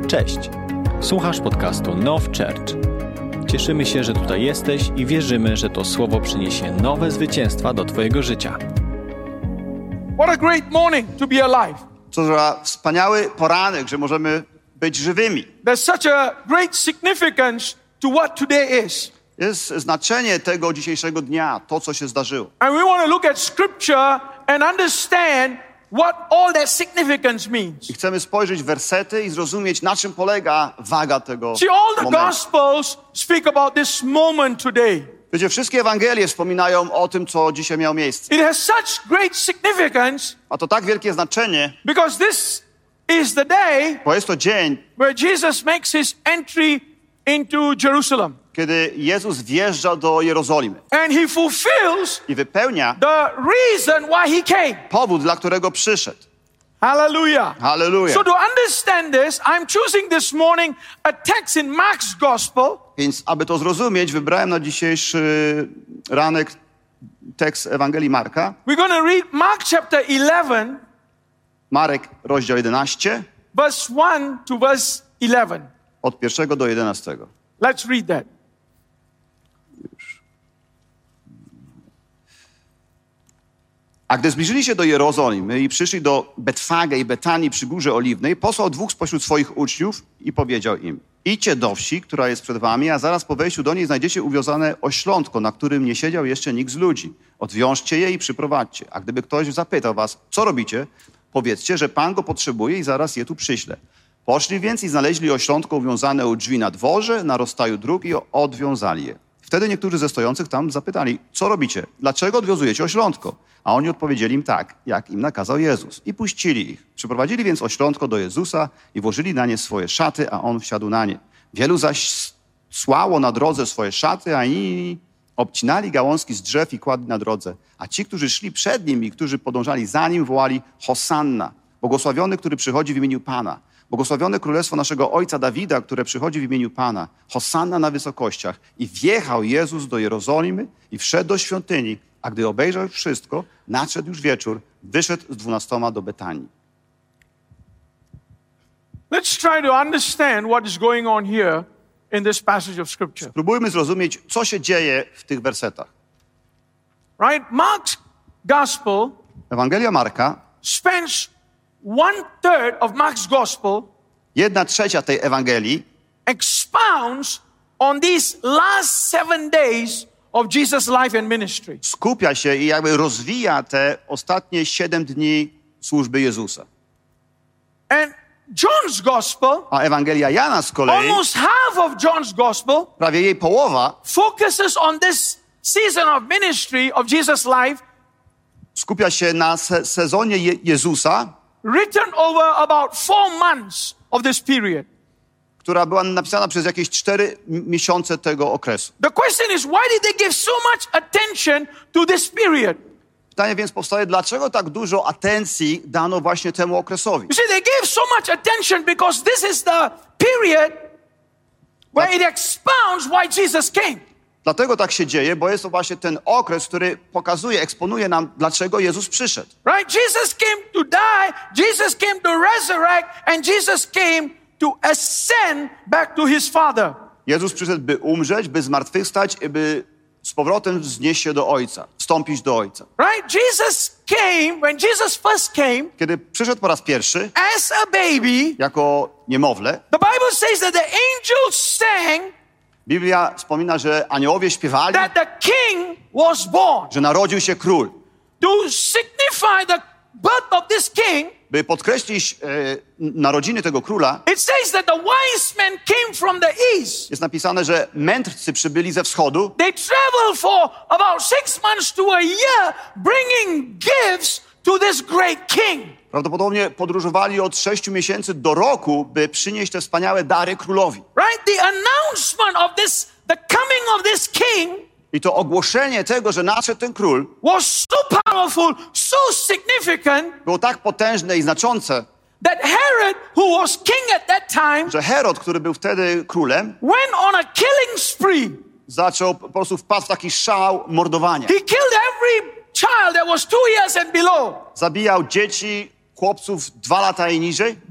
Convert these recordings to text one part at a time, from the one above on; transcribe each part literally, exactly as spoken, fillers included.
Cześć, słuchasz podcastu Now Church. Cieszymy się, że tutaj jesteś i wierzymy, że to słowo przyniesie nowe zwycięstwa do twojego życia. What a great morning to be alive. Co za wspaniały poranek, że możemy być żywymi. There's such a great significance to what today is. Jest znaczenie tego dzisiejszego dnia, to co się zdarzyło. And we want to look at scripture and understand what all that significance means. I chcemy spojrzeć w wersety i zrozumieć, na czym polega waga tego See, all the momentu. Gospels speak about this moment today. Wiecie, wszystkie Ewangelie wspominają o tym, co dzisiaj miało miejsce. It has such great significance A to tak wielkie znaczenie, because this is the day bo jest to dzień, where Jesus makes his entry into Jerusalem. kiedy Jezus wjeżdża do Jerozolimy And he fulfills i wypełnia the reason why he came. powód, dla którego przyszedł. Hallelujah. Halleluja. So to understand this, I'm choosing this morning a text in Mark's Gospel. Więc aby to zrozumieć, wybrałem na dzisiejszy ranek tekst Ewangelii Marka. We're going to read Mark chapter eleven, Marek, rozdział jedenasty, verse one to verse eleven. od pierwszego do jedenastego. Let's read that. A gdy zbliżyli się do Jerozolimy i przyszli do Betfage i Betanii przy Górze Oliwnej, posłał dwóch spośród swoich uczniów i powiedział im: idźcie do wsi, która jest przed wami, a zaraz po wejściu do niej znajdziecie uwiązane oślątko, na którym nie siedział jeszcze nikt z ludzi. Odwiążcie je i przyprowadźcie. A gdyby ktoś zapytał was, co robicie, powiedzcie, że Pan go potrzebuje i zaraz je tu przyśle. Poszli więc i znaleźli oślątko uwiązane u drzwi na dworze, na rozstaju dróg i odwiązali je. Wtedy niektórzy ze stojących tam zapytali: co robicie? Dlaczego odwiązujecie oślątko? A oni odpowiedzieli im tak, jak im nakazał Jezus. I puścili ich. Przyprowadzili więc oślątko do Jezusa i włożyli na nie swoje szaty, a on wsiadł na nie. Wielu zaś słało na drodze swoje szaty, a inni obcinali gałązki z drzew i kładli na drodze. A ci, którzy szli przed nim i którzy podążali za nim, wołali: Hosanna, błogosławiony, który przychodzi w imieniu Pana. Błogosławione królestwo naszego ojca Dawida, które przychodzi w imieniu Pana. Hosanna na wysokościach. I wjechał Jezus do Jerozolimy i wszedł do świątyni, a gdy obejrzał już wszystko, nadszedł już wieczór, wyszedł z dwunastoma do Betanii. Let's try to understand what is going on here in this passage of scripture. Spróbujmy zrozumieć, co się dzieje w tych wersetach. Right? Mark's Gospel Ewangelia Marka, spends one third of Mark's Gospel jedna trzecia tej Ewangelii expounds on these last seven days of Jesus' life and ministry. skupia się i jakby rozwija te ostatnie siedem dni służby Jezusa. And John's Gospel, A Ewangelia Jana z kolei, almost half of John's Gospel, prawie jej połowa, focuses on this season of ministry of Jesus' life, skupia się na se- sezonie Je- Jezusa, written over about four months of this period. która była napisana przez jakieś cztery m- miesiące tego okresu. The question is, why did they give so much attention to this period? Pytanie więc powstaje, dlaczego tak dużo atencji dano właśnie temu okresowi? You see, they gave so much attention because this is the period where it expounds why Jesus came. Dlatego tak się dzieje, bo jest to właśnie ten okres, który pokazuje, eksponuje nam, dlaczego Jezus przyszedł. Right? Jesus came to die, Jesus came to resurrect, and Jesus came to ascend back to his Father. Jezus przyszedł, by umrzeć, by zmartwychwstać i by z powrotem wznieść się do Ojca, wstąpić do Ojca. Right? Jesus came, when Jesus first came, Kiedy przyszedł po raz pierwszy, as a baby, jako niemowlę, the Bible says that the angels sang Biblia wspomina, że aniołowie śpiewali, that the king was born. że narodził się król. To signify the birth of this king, By podkreślić e, narodziny tego króla, it says that the wise men came from the east. jest napisane, że mędrcy przybyli ze wschodu. They traveled for about six months to a year, bringing gifts to this great king. Prawdopodobnie podróżowali od sześciu miesięcy do roku, by przynieść te wspaniałe dary królowi. Right? The announcement of this, the coming of this king I to ogłoszenie tego, że nadszedł ten król, was so powerful, so significant było tak potężne i znaczące, that Herod, who was king at that time, że Herod, który był wtedy królem, went on a killing spree. zaczął po prostu wpadł w taki szał mordowania. He killed every child that was two years and below. Zabijał dzieci, chłopców dwa lata i niżej.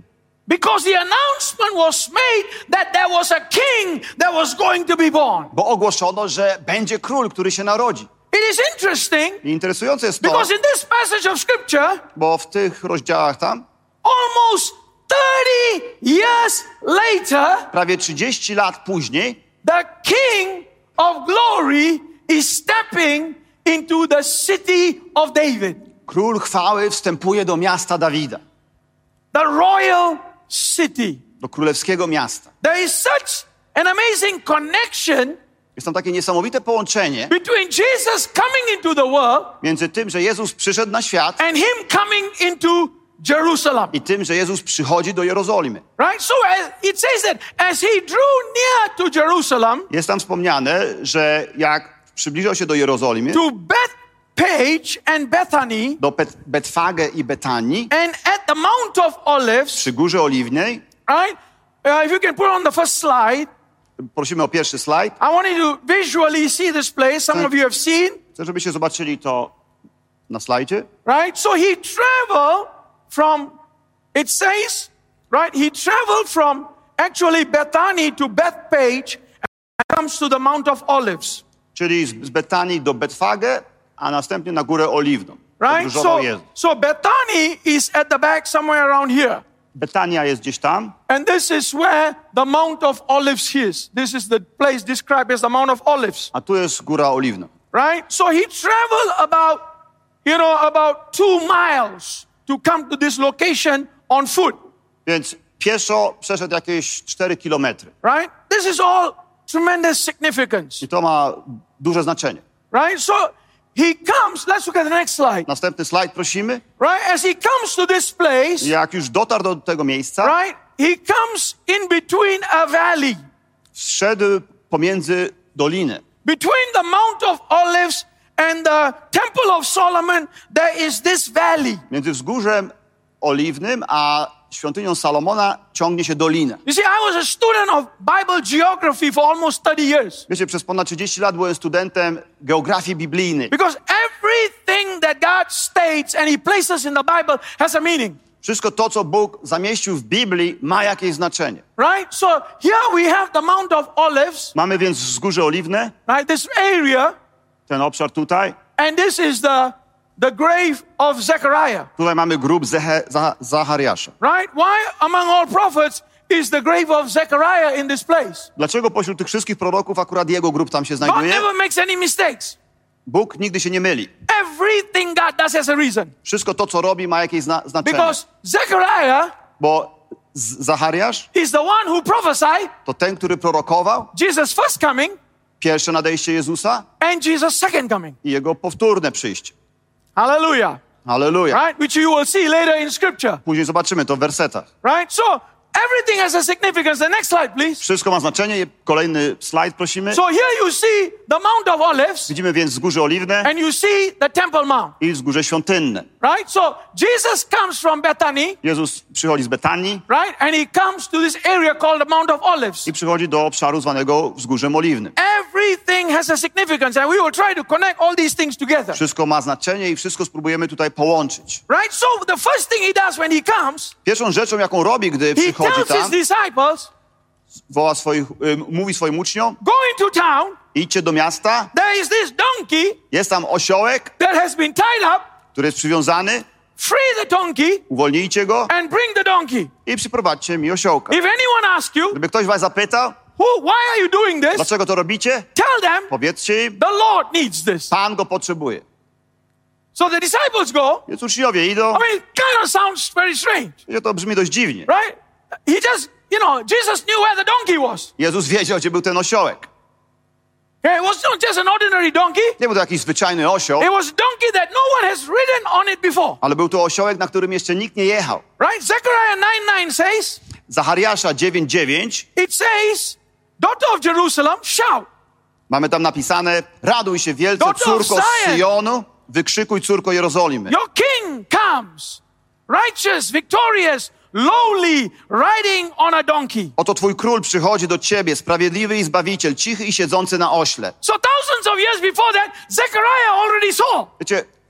Because the announcement was made that there was a king that was going to be born. Bo ogłoszono, że będzie król, który się narodzi. It is interesting I interesujące jest to, because in this passage of scripture, bo w tych rozdziałach tam almost thirty years later, prawie trzydzieści lat później the King of Glory is stepping into the city of David. król chwały wstępuje do miasta Dawida, The royal city. do królewskiego miasta. There is such an amazing connection Jest tam takie niesamowite połączenie between Jesus coming into the world między tym, że Jezus przyszedł na świat and him coming into Jerusalem. i tym, że Jezus przychodzi do Jerozolimy. Right? So as, it says that as he drew near to Jerusalem, Jest tam wspomniane, że jak przybliżał się do Jerozolimy, to Bethpage and Bethany, do Bet- Betfage i Betanii, and at the Mount of Olives, przy Górze Oliwnej, right? Uh, if you can put on the first slide, prosimy o pierwszy slajd. I want you to visually see this place. Some of you have seen, Chcę, żebyście zobaczyli to na slajdzie. right? So he traveled from, it says, right? He traveled from actually Bethany to Bethpage and comes to the Mount of Olives, Czyli z z Betanii do Betfage, a następnie na Górę Oliwną. right? Podróżował So, Jezus. so Bethany is at the back somewhere around here. Betania jest gdzieś tam, And this is where the Mount of Olives is. This is the place described as the Mount of Olives, a tu jest Góra Oliwna. right? So he traveled about, you know, about two miles to come to this location on foot, Więc pieszo przeszedł jakieś cztery kilometry. right? This is all tremendous significance, I to ma duże znaczenie. right? So he comes, let's look at the next slide, Następny slajd prosimy. right? As he comes to this place, Jak już dotarł do tego miejsca, right? He comes in between a valley, zszedł pomiędzy doliny. between the Mount of Olives and the Temple of Solomon, there is this valley. Między wzgórzem oliwnym a świątynią Salomona ciągnie się dolina. You see, I was a student of Bible geography for almost thirty years. Wiecie, przez ponad trzydzieści lat byłem studentem geografii biblijnej. Because everything that God states and he places in the Bible has a meaning. Wszystko to, co Bóg zamieścił w Biblii, ma jakieś znaczenie. Right? So here we have the Mount of Olives, Mamy więc wzgórze oliwne, right? This area, ten obszar tutaj. and this is the, the grave of Zechariah. Tutaj mamy grób Zeche, Zah, Zachariasza. Right? Why among all prophets is the grave of Zechariah in this place? Dlaczego pośród tych wszystkich proroków akurat jego grób tam się God znajduje? never makes any mistakes. Bóg nigdy się nie myli. Everything God does has a reason. Wszystko to, co robi, ma jakieś zna znaczenie. Because Zechariah Bo Z- Zachariasz is the one who prophesied to ten, który prorokował Jesus' first coming pierwsze nadejście Jezusa and Jesus' second coming. i jego powtórne przyjście. Hallelujah. Halleluja. Right? Which you will see later in scripture. Później zobaczymy to w wersetach. Right? So everything has a significance. The next slide, please. Wszystko ma znaczenie. Kolejny slajd prosimy. So here you see the Mount of Olives Widzimy więc wzgórze oliwne and you see the Temple Mount. i wzgórze świątynne. Right? So Jesus comes from Bethany, Jezus przychodzi z Betanii right? And he comes to this area called the Mount of Olives. i przychodzi do obszaru zwanego wzgórzem oliwnym. Everything has a significance and we will try to connect all these things together. Wszystko ma znaczenie i wszystko spróbujemy tutaj połączyć. Right? So the first thing he does when he comes, Pierwszą rzeczą, jaką robi, gdy he przychodzi tells his tam, disciples, woła swoich, y, mówi swoim uczniom, go into town, idźcie do miasta, there is this donkey jest tam osiołek, that has been tied up, który jest przywiązany, free the donkey uwolnijcie go and bring the donkey. i przyprowadźcie mi osiołka. If anyone asks you, Gdyby ktoś was zapytał, who, why are you doing this? dlaczego to robicie, Tell them powiedzcie im, the Lord needs this. Pan go potrzebuje. So the disciples go, Więc uczniowie idą, I mean, it kind of sounds very strange, i to brzmi dość dziwnie. right? He just, you know, Jesus knew where the donkey was. Jezus wiedział, gdzie był ten osiołek. Okay, it was not just an ordinary donkey. Nie był to jakiś zwyczajny osioł, It was a donkey that no one has ridden on it before. ale był to osiołek, na którym jeszcze nikt nie jechał. Right? Zechariah nine nine says, Zachariasza dziewięć dziewięć, it says, daughter of Jerusalem, shout. mamy tam napisane, raduj się wielce, Daughter of córko z Zion. Syjonu, wykrzykuj, córko Jerozolimy. Your king comes, righteous, victorious, lowly, riding on a donkey. Oto twój król przychodzi do ciebie, sprawiedliwy i zbawiciel, cichy i siedzący na ośle. So thousands of years before that, Zechariah already saw. Wiecie,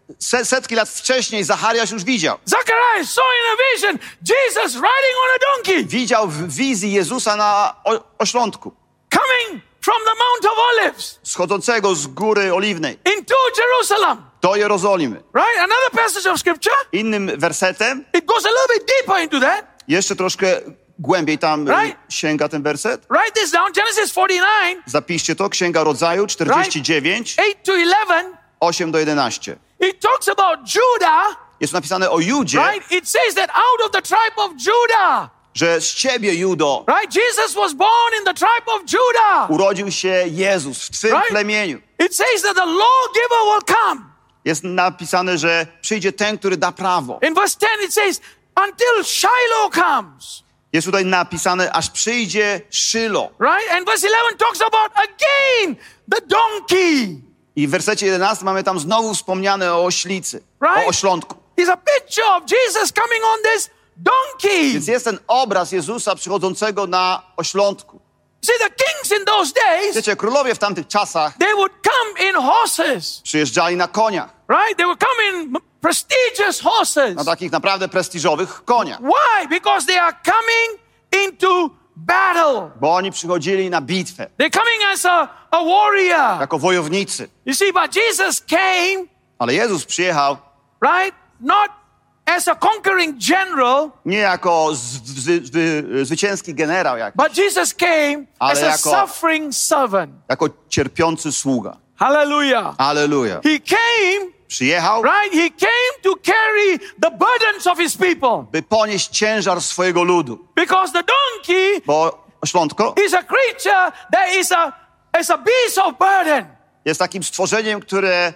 set, setki lat wcześniej Zachariasz już widział. Zacharias saw in a vision Jesus riding on a donkey, Widział w wizji Jezusa na o, oślątku, coming from the Mount of Olives schodzącego z góry oliwnej into Jerusalem. do Jerozolimy. Right? Another passage of scripture, Innym wersetem, it goes a little bit deeper into that. jeszcze troszkę głębiej tam Right. y, sięga ten werset. Write this down, Genesis forty-nine, Zapiszcie to, Księga Rodzaju czterdzieści dziewięć, eight to eleven. osiem do jedenastu. It talks about Judah, Jest napisane o Judzie, right? It says that out of the tribe of Judah, że z ciebie, Judo, right? Jesus was born in the tribe of Judah. urodził się Jezus w twym Right. plemieniu. It says that the lawgiver will come. Jest napisane, że przyjdzie ten, który da prawo. In verse ten it says, until Shiloh comes. Jest tutaj napisane, aż przyjdzie Szylo. Right? And verse eleven talks about again the donkey. I w wersecie jedenastym mamy tam znowu wspomniane o oślicy, Right. o oślątku. It's a picture of Jesus coming on this donkey. Więc jest ten obraz Jezusa przychodzącego na oślątku. See, the kings in those days, Wiecie, królowie w tamtych czasach they would come in horses. przyjeżdżali na koniach, Right? They would come in prestigious horses. na takich naprawdę prestiżowych koniach. Why? Because they are coming into battle. Bo oni przychodzili na bitwę, They're coming as a, a warrior. jako wojownicy. You see, but Jesus came, Ale Jezus przyjechał right? Not as a conquering general, nie jako z, z, z, zwycięski generał, jak, but Jesus came Ale as a jako- suffering servant. jako cierpiący sługa. Hallelujah. Alleluja. He came, Przyjechał, right? He came to carry the burdens of his people. by ponieść ciężar swojego ludu. Because the donkey Bo oślątko is a creature that is a, is a beast of burden. jest takim stworzeniem, które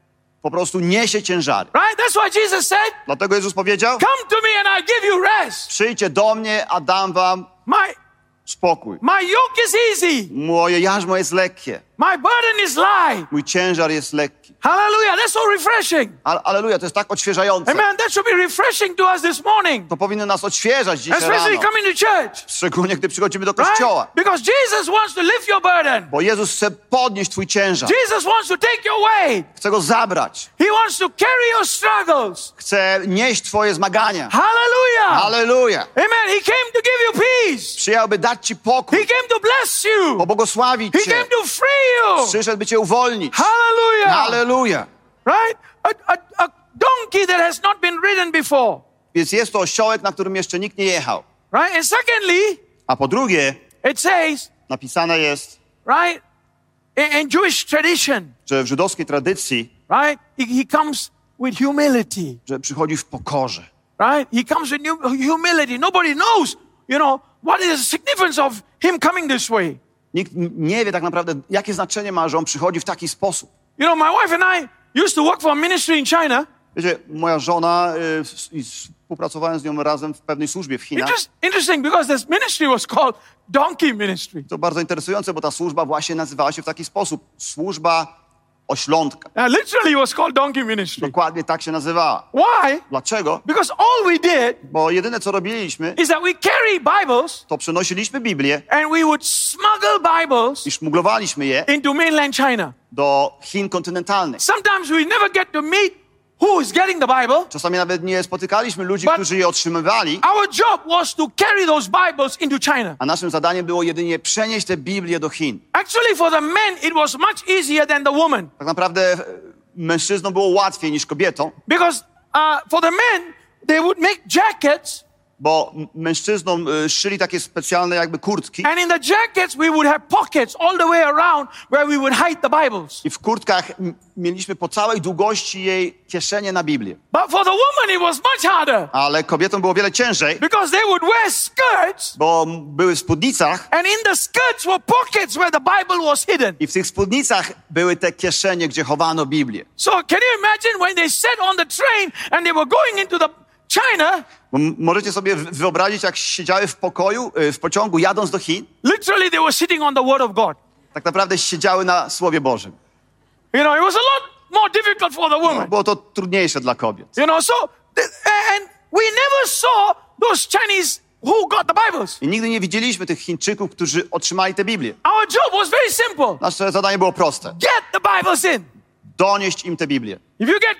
po prostu niesie ciężary. Right? That's why Jesus said, Dlatego Jezus powiedział, come to me and I'll give you rest. przyjdźcie do mnie, a dam wam My, spokój. my yoke is easy. Moje jarzmo jest lekkie, My burden is light. mój ciężar jest lekki. Hallelujah. That's so refreshing. Ale, aleluja, to jest tak odświeżające. Amen. That should be refreshing to us this morning. To powinno nas odświeżać dzisiaj Especially rano. coming to church. Szczególnie, gdy przychodzimy do Right? kościoła. Because Jesus wants to lift your burden. Bo Jezus chce podnieść twój ciężar. Jesus wants to take your weight. Chce go zabrać. He wants to carry your struggles. Chce nieść twoje zmagania. Hallelujah. Alleluja. Amen. He came to give you peace. Przyjechał, by dać ci pokój, He came to bless you. pobłogosławić He cię. came to free you. Przyszedł, by cię uwolnić. Hallelujah. Alleluja. Right? A, a, a donkey that has not been ridden before. Więc jest to osiołek, na którym jeszcze nikt nie jechał. Right? And secondly, A po drugie, it says, napisane jest, right, in, in Jewish tradition, że w żydowskiej tradycji, right, he, he comes with humility. że przychodzi w pokorze. Right? He comes with hu- humility. Nobody knows, you know, what is the significance of him coming this way. Nikt n- nie wie tak naprawdę, jakie znaczenie ma, że on przychodzi w taki sposób. You know, my wife and I used to work for a ministry in China. Wiecie, moja żona, y, s- i współpracowałem z nią razem w pewnej służbie w Chinach. Interest, interesting because this ministry was called Donkey Ministry. To bardzo interesujące, bo ta służba właśnie nazywała się w taki sposób. Służba oślątka. Uh, literally, it was called Donkey Ministry. Dokładnie tak się nazywała. Why? Dlaczego? Because all we did Bo jedyne, co robiliśmy, is that we carry Bibles to przenosiliśmy Biblię and we would smuggle Bibles i szmuglowaliśmy je into mainland China. do Chin kontynentalnych. Sometimes we never get to meet who is getting the Bible. Czasami nawet nie spotykaliśmy ludzi, But- którzy je otrzymywali, Our job was to carry those Bibles into China. a naszym zadaniem było jedynie przenieść te Biblię do Chin. Actually, for the men, it was much easier than the woman. Tak naprawdę e, mężczyznom było łatwiej niż kobietom, Because uh, for the men, they would make jackets, bo m- mężczyznom e, szyli takie specjalne jakby kurtki and in the jackets, we would have pockets all the way around where we would hide the Bibles. i w kurtkach m- mieliśmy po całej długości jej kieszenie na Biblię. But for the woman, it was much harder Ale kobietom było wiele ciężej, because they would wear skirts, bo m- były w spódnicach and in the skirts were pockets where the Bible was hidden. i w tych spódnicach były te kieszenie, gdzie chowano Biblię. So can you imagine when they sat on the train and they were going into the China, Bo m- możecie sobie w- wyobrazić, jak siedziały w pokoju, y, w pociągu jadąc do Chin, literally they were sitting on the Word of God. tak naprawdę siedziały na Słowie Bożym. You know, it was a lot more difficult for the woman. Było to trudniejsze dla kobiet. You know, so, th- and we never saw those Chinese who got the Bibles. I nigdy nie widzieliśmy tych Chińczyków, którzy otrzymali tę Biblię. Our job was very simple. Nasze zadanie było proste. Get the Bibles in. Donieść im tę Biblię. If you get caught,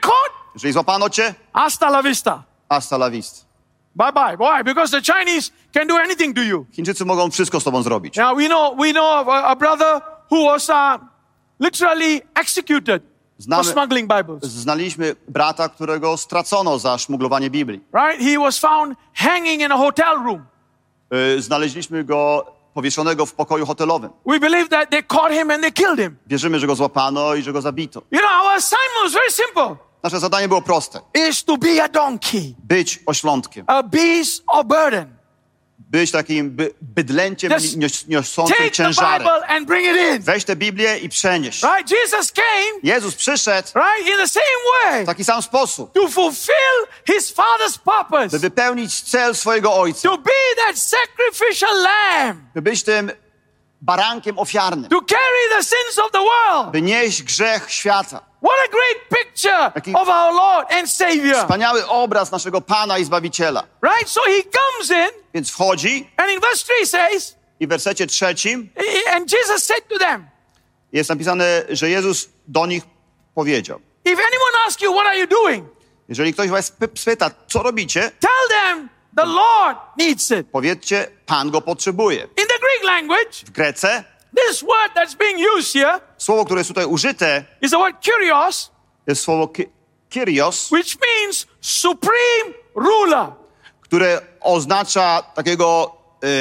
Jeżeli złapano cię, hasta la vista. hasta la vista. Bye bye. Why? Because the Chinese can do anything to you. Chińczycy mogą wszystko z tobą zrobić. Now we know we know of a, a brother who was uh, literally executed Znamy, for smuggling Bibles. Znaliśmy brata, którego stracono za szmuglowanie Biblii. Right? He was found hanging in a hotel room. Yy, znaleźliśmy go powieszonego w pokoju hotelowym. We believe that they caught him and they killed him. Wierzymy, że go złapano i że go zabito. You know, our assignment was very simple. Nasze zadanie było proste. Is to be a donkey, Być oślątkiem. a beast of burden. Być takim by, bydlęciem Just nios, niosącym Take the ciężarem. Bible and bring it in. Weź tę Biblię i przenieś. Right? Jesus came, Jezus przyszedł right, in the same way w taki sam sposób, to fulfill his Father's by purpose, wypełnić cel swojego Ojca. to be that sacrificial lamb, By być tym barankiem ofiarnym. to carry the sins of the world. By nieść grzech świata. What a great picture Taki- of our Lord and Savior. Wspaniały obraz naszego Pana i Zbawiciela. Right? So he comes in, Więc wchodzi and in verse three says, i w wersecie trzecim and Jesus said to them, jest napisane, że Jezus do nich powiedział. if anyone asks you, what are you doing? Jeżeli ktoś was py- spyta, co robicie, Tell them the Lord needs it. powiedzcie, Pan go potrzebuje. In the Greek language, W Grece this word that's being used here słowo, które jest tutaj użyte, is the word kurios, jest słowo ki- kyrios, which means supreme ruler. które oznacza takiego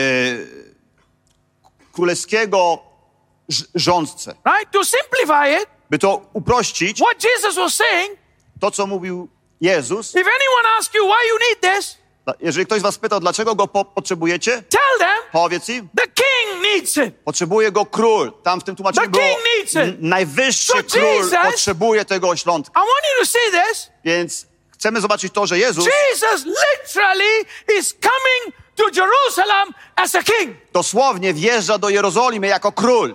e, królewskiego ż- rządcę. Right? To simplify it, By to uprościć, what Jesus was saying, to co mówił Jezus, if anyone asks you why you need this, jeżeli ktoś was pyta, dlaczego go po- potrzebujecie, tell them powiedz im, the king needs it. potrzebuje go król. Tam w tym tłumaczeniu The było, king needs it. n- najwyższy So król Jesus- potrzebuje tego oślątka. I want you to see this. Więc chcemy zobaczyć to, że Jezus Jesus literally is coming to Jerusalem as a king. dosłownie wjeżdża do Jerozolimy jako król.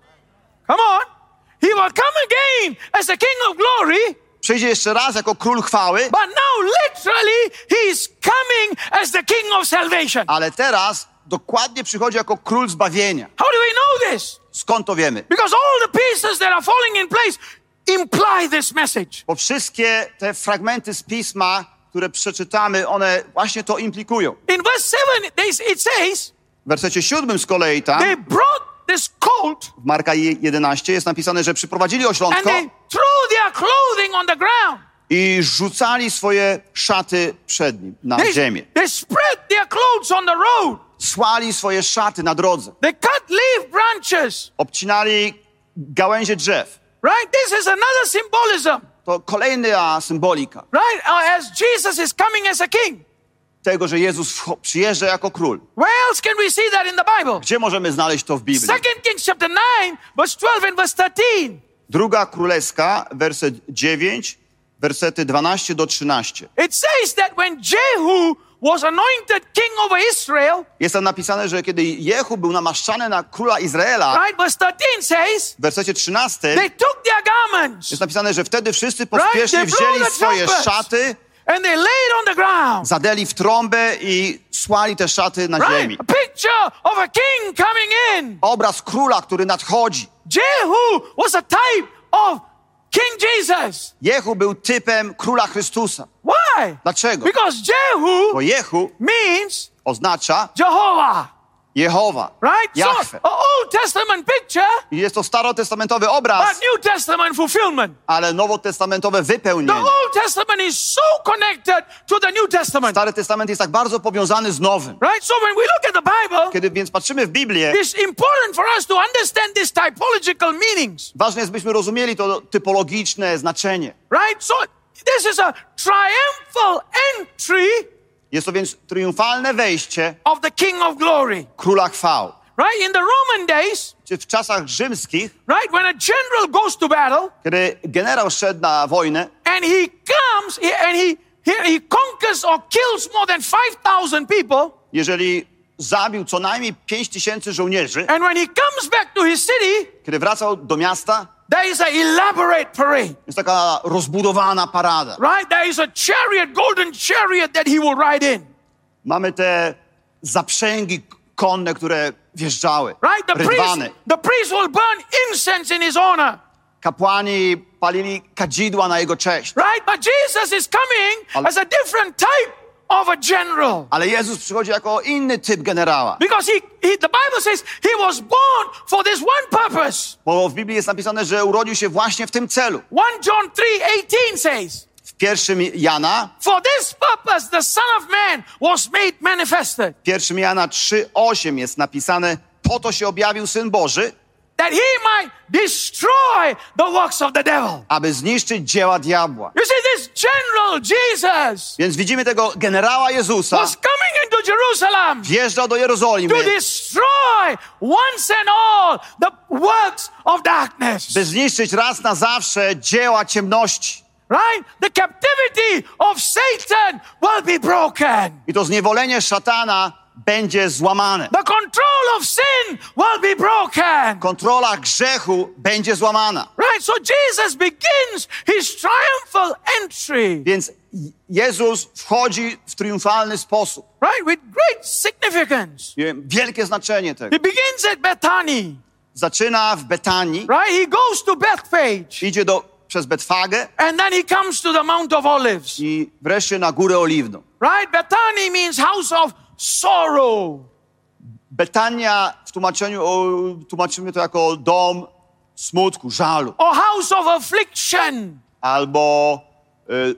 Come on. He will come again as the king of glory, Przyjdzie jeszcze raz jako król chwały, but now literally he's coming as the king of salvation. ale teraz dokładnie przychodzi jako król zbawienia. How do we know this? Skąd to wiemy? Because all the pieces that are falling in place imply this message. Bo wszystkie te fragmenty z Pisma, które przeczytamy, one właśnie to implikują. In verse seven, they- it says, W wersecie siódmym z kolei they tam, brought this colt w Marka jedenaście jest napisane, że przyprowadzili and oślątko they threw their clothing on the ground. i rzucali swoje szaty przed nim na They, ziemię. they spread their clothes on the road. Słali swoje szaty na drodze. They cut leaf branches. Obcinali gałęzie drzew. Right? This is another symbolism. To kolejna symbolika Right? Uh, as Jesus is coming as a king. tego, że Jezus wcho- przyjeżdża jako król. Where else can we see that in the Bible? Gdzie możemy znaleźć to w Biblii? Second Kings chapter nine, verse twelve and verse thirteen. Druga Królewska, werset dziewięć, wersety dwanaście do trzynastu. It says that when Jehu was anointed king over Israel, Jest tam napisane, że kiedy Jehu był namaszczany na króla Izraela, right? Verse thirteen says, w wersecie trzynastym they took their garments jest napisane, że wtedy wszyscy pospiesznie Right, they wzięli blew the swoje trumpets. szaty, and they laid on the ground. zadeli w trąbę i słali te szaty na ziemi. Right? A picture of a king coming in. Obraz króla, który nadchodzi. Jehu was a type of King Jesus. Jehu był typem króla Chrystusa. Why? Dlaczego? Because Jehu Bo Jehu means oznacza Jehovah. Jehowa, Right? Jahwe. So, an Old Testament picture, I jest to starotestamentowy but obraz, New Testament fulfillment. ale nowotestamentowe The wypełnienie. Old Testament is so connected to the New Testament. Stary Testament jest tak bardzo powiązany z Nowym. Right? So when we look at the Bible, Kiedy więc patrzymy w Biblię, it's important for us to understand these typological meanings. ważne jest, byśmy rozumieli to typologiczne znaczenie. Right? So this is a triumphal entry Jest to więc triumfalne wejście of the King of Glory. króla chwał. Right? In the Roman days, Czy w czasach rzymskich, right, when a general goes to battle kiedy generał szedł na wojnę and he comes he- and he, he, he conquers or kills more than five thousand people, jeżeli zabił co najmniej pięć tysięcy żołnierzy, and when he comes back to his city, kiedy wracał do miasta, there is an elaborate parade. jest taka rozbudowana parada. Right? There is a chariot, golden chariot that he will ride in. Mamy te zaprzęgi konne, które wjeżdżały, Right? The priest, rydwany. the priest will burn incense in his honor. kapłani palili kadzidła na jego cześć. Right? But Jesus is coming Ale- as a different type of a general. Ale Jezus przychodzi jako inny typ generała. Because he, he, the Bible says he was born for this one purpose. Bo w Biblii jest napisane, że urodził się właśnie w tym celu. First John three eighteen says, W pierwszym Jana, for this purpose the Son of Man was made manifested, w pierwszym Jana trzy osiem jest napisane, po to się objawił Syn Boży, that he might destroy the works of the devil. aby zniszczyć dzieła diabła. You see, this general Jesus Więc widzimy tego generała Jezusa, was coming into Jerusalem wjeżdżał do to Jerozolimy, destroy once and all the works of darkness. by zniszczyć raz na zawsze dzieła ciemności. Right? The captivity of Satan will be broken. I to zniewolenie szatana będzie złamane. The control of sin will be broken. Kontrola grzechu będzie złamana. Right? So Jesus begins his triumphal entry. Więc Jezus wchodzi w triumfalny sposób. Right? With great significance. Wielkie znaczenie tego. He begins at Bethany. Zaczyna w Betanii, Right? He goes to Bethphage. idzie do, przez Betfagę And then he comes to the Mount of Olives. i wreszcie na Górę Oliwną. Right? Bethany means house of sorrow. Betania w tłumaczeniu o, tłumaczymy to jako dom smutku, żalu. Or house of affliction. Albo y,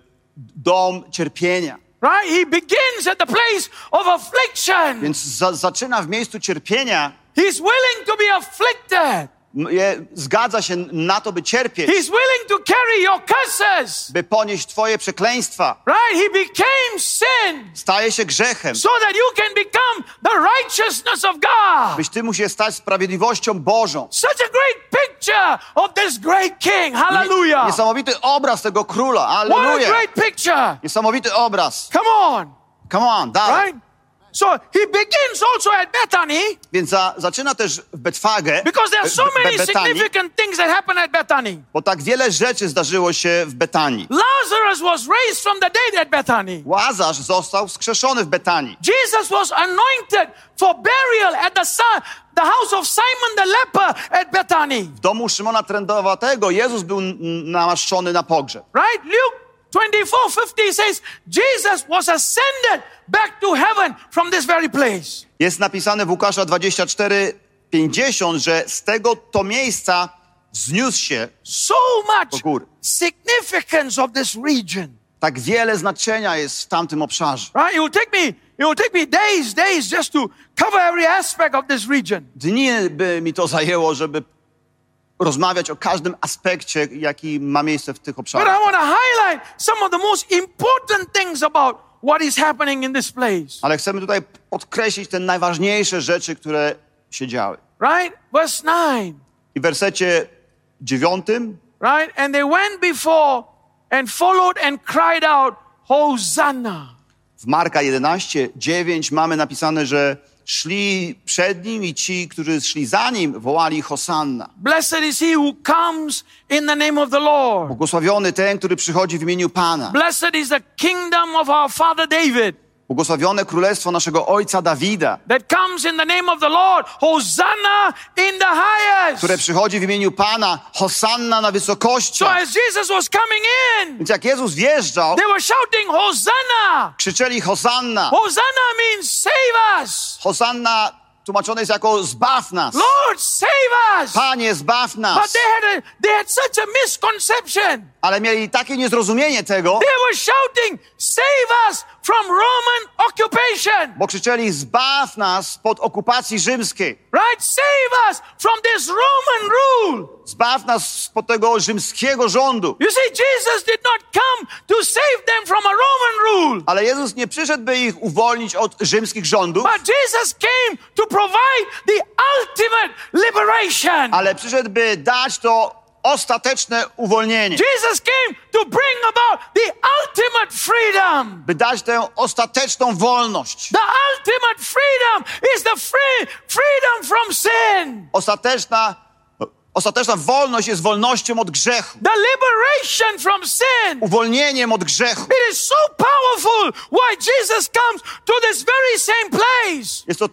dom cierpienia. Right? He begins at the place of affliction. Więc za, zaczyna w miejscu cierpienia, He's willing to be afflicted. m- je, zgadza się na to, by cierpieć, He's willing to carry your curses. by ponieść twoje przekleństwa. Right? He became sin Staje się grzechem, so that you can become the righteousness of God. byś ty mógł się stać sprawiedliwością Bożą. Such a great picture of this great king. Hallelujah. Niesamowity obraz tego króla. What a Alleluja. great picture. Niesamowity obraz. Come on. Come on, dalej. Right? So he begins also at Bethany Więc za, zaczyna też w Betfagę, because there are so Be- Be- many Betanii, significant things that happen at Bethany. bo tak wiele rzeczy zdarzyło się w Betanii. Lazarus was raised from the dead at Bethany. Łazarz został wskrzeszony w Betanii. Jesus was anointed for burial at the, son, the house of Simon the leper at Bethany. W domu Szymona Trędowatego Jezus był n- namaszczony na pogrzeb. Right? Luke twenty-four fifty says Jesus was ascended back to heaven from this very place. Jest napisane w Łukasza dwadzieścia cztery pięćdziesiąt, że z tego to miejsca wzniósł się. So much Do góry. significance of this region. Tak wiele znaczenia jest w tamtym obszarze. Right? It will take me, it will take me days, days just to cover every aspect of this region. Dni by mi to zajęło, żeby rozmawiać o każdym aspekcie, jaki ma miejsce w tych But obszarach. I want to highlight some of the most important things about what is happening in this place. Ale chcemy tutaj podkreślić te najważniejsze rzeczy, które się działy. Right? Verse nine. I w wersecie dziewiątym, Right? And they went before and followed and cried out, Hosanna. w Marka jedenaście dziewięć mamy napisane, że szli przed nim i ci, którzy szli za nim, wołali Hosanna. Blessed is he who comes in the name of the Lord. Błogosławiony ten, który przychodzi w imieniu Pana. Blessed is the kingdom of our father David Błogosławione królestwo naszego ojca Dawida, that comes in the name of the Lord. Hosanna in the highest. które przychodzi w imieniu Pana. Hosanna na So wysokościach. as Jesus was coming in, Więc jak Jezus wjeżdżał, they were shouting, Hosanna. krzyczeli Hosanna. Hosanna means save us. Hosanna tłumaczone jest jako zbaw nas. Lord, save us. Panie, zbaw But nas. they had, a, they had such a misconception. Ale mieli takie niezrozumienie tego, They were shouting, save us from Roman occupation. bo krzyczeli zbaw nas spod okupacji rzymskiej. Right? Save us from this Roman rule. Zbaw nas spod tego rzymskiego rządu. You see, Jesus did not come to save them from a Roman rule. Ale Jezus nie przyszedł, by ich uwolnić od rzymskich rządów, But Jesus came to provide the ultimate liberation. ale przyszedł, by dać to ostateczne uwolnienie. Jesus came to bring about the ultimate freedom. By dać tę ostateczną wolność. The ultimate freedom is the free freedom from sin. Ostateczna, ostateczna wolność jest wolnością od grzechu. The liberation from sin. Uwolnieniem od grzechu. It is so powerful why Jesus comes to this very same place. Jest to tak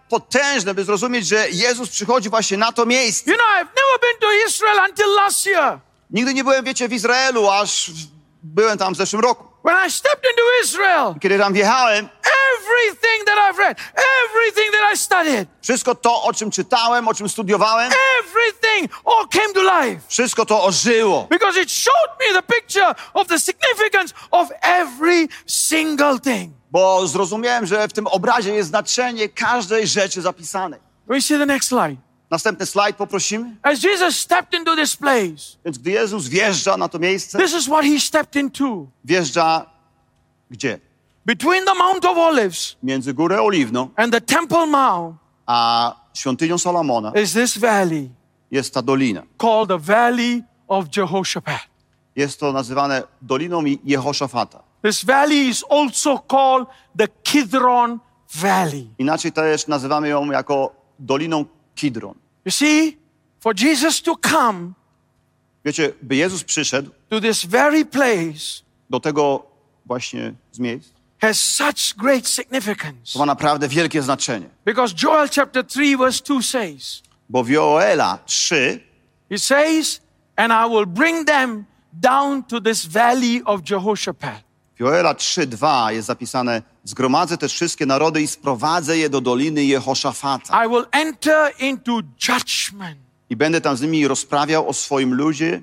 potężne, by zrozumieć, że Jezus przychodzi właśnie na to miejsce. You know, I've never been to Israel until last year. Nigdy nie byłem, wiecie, w Izraelu, aż byłem tam w zeszłym roku. When I stepped into Israel, Kiedy tam wjechałem, everything that I've read, everything that I studied, wszystko to, o czym czytałem, o czym studiowałem, everything all came to life. wszystko to ożyło. Because it showed me the picture of the significance of every single thing. Bo zrozumiałem, że w tym obrazie jest znaczenie każdej rzeczy zapisanej. We see the next slide. Następny slajd poprosimy. As Jesus stepped into this place, Więc gdy Jezus wjeżdża na to miejsce, this is what he stepped into. wjeżdża gdzie? Between the Mount of Olives Między Górę Oliwną and the Temple Mount a świątynią Salomona is this valley jest ta dolina. called the Valley of Jehoshaphat. Jest to nazywane Doliną Jehoszafata. This valley is also called the Kidron Valley. Inaczej też nazywamy ją jako Doliną Kidron. You see, for Jesus to come Wiecie, by Jezus przyszedł to this very place do tego właśnie z miejsc, has such great significance. to ma naprawdę wielkie znaczenie. Because Joel chapter three verse two says, Bo w Joela trzy it says, and I will bring them down to this valley of Jehoshaphat. w Joela trzy dwa jest zapisane: zgromadzę te wszystkie narody i sprowadzę je do Doliny Jehoszafata. I will enter into judgment. I będę tam z nimi rozprawiał o swoim ludzie.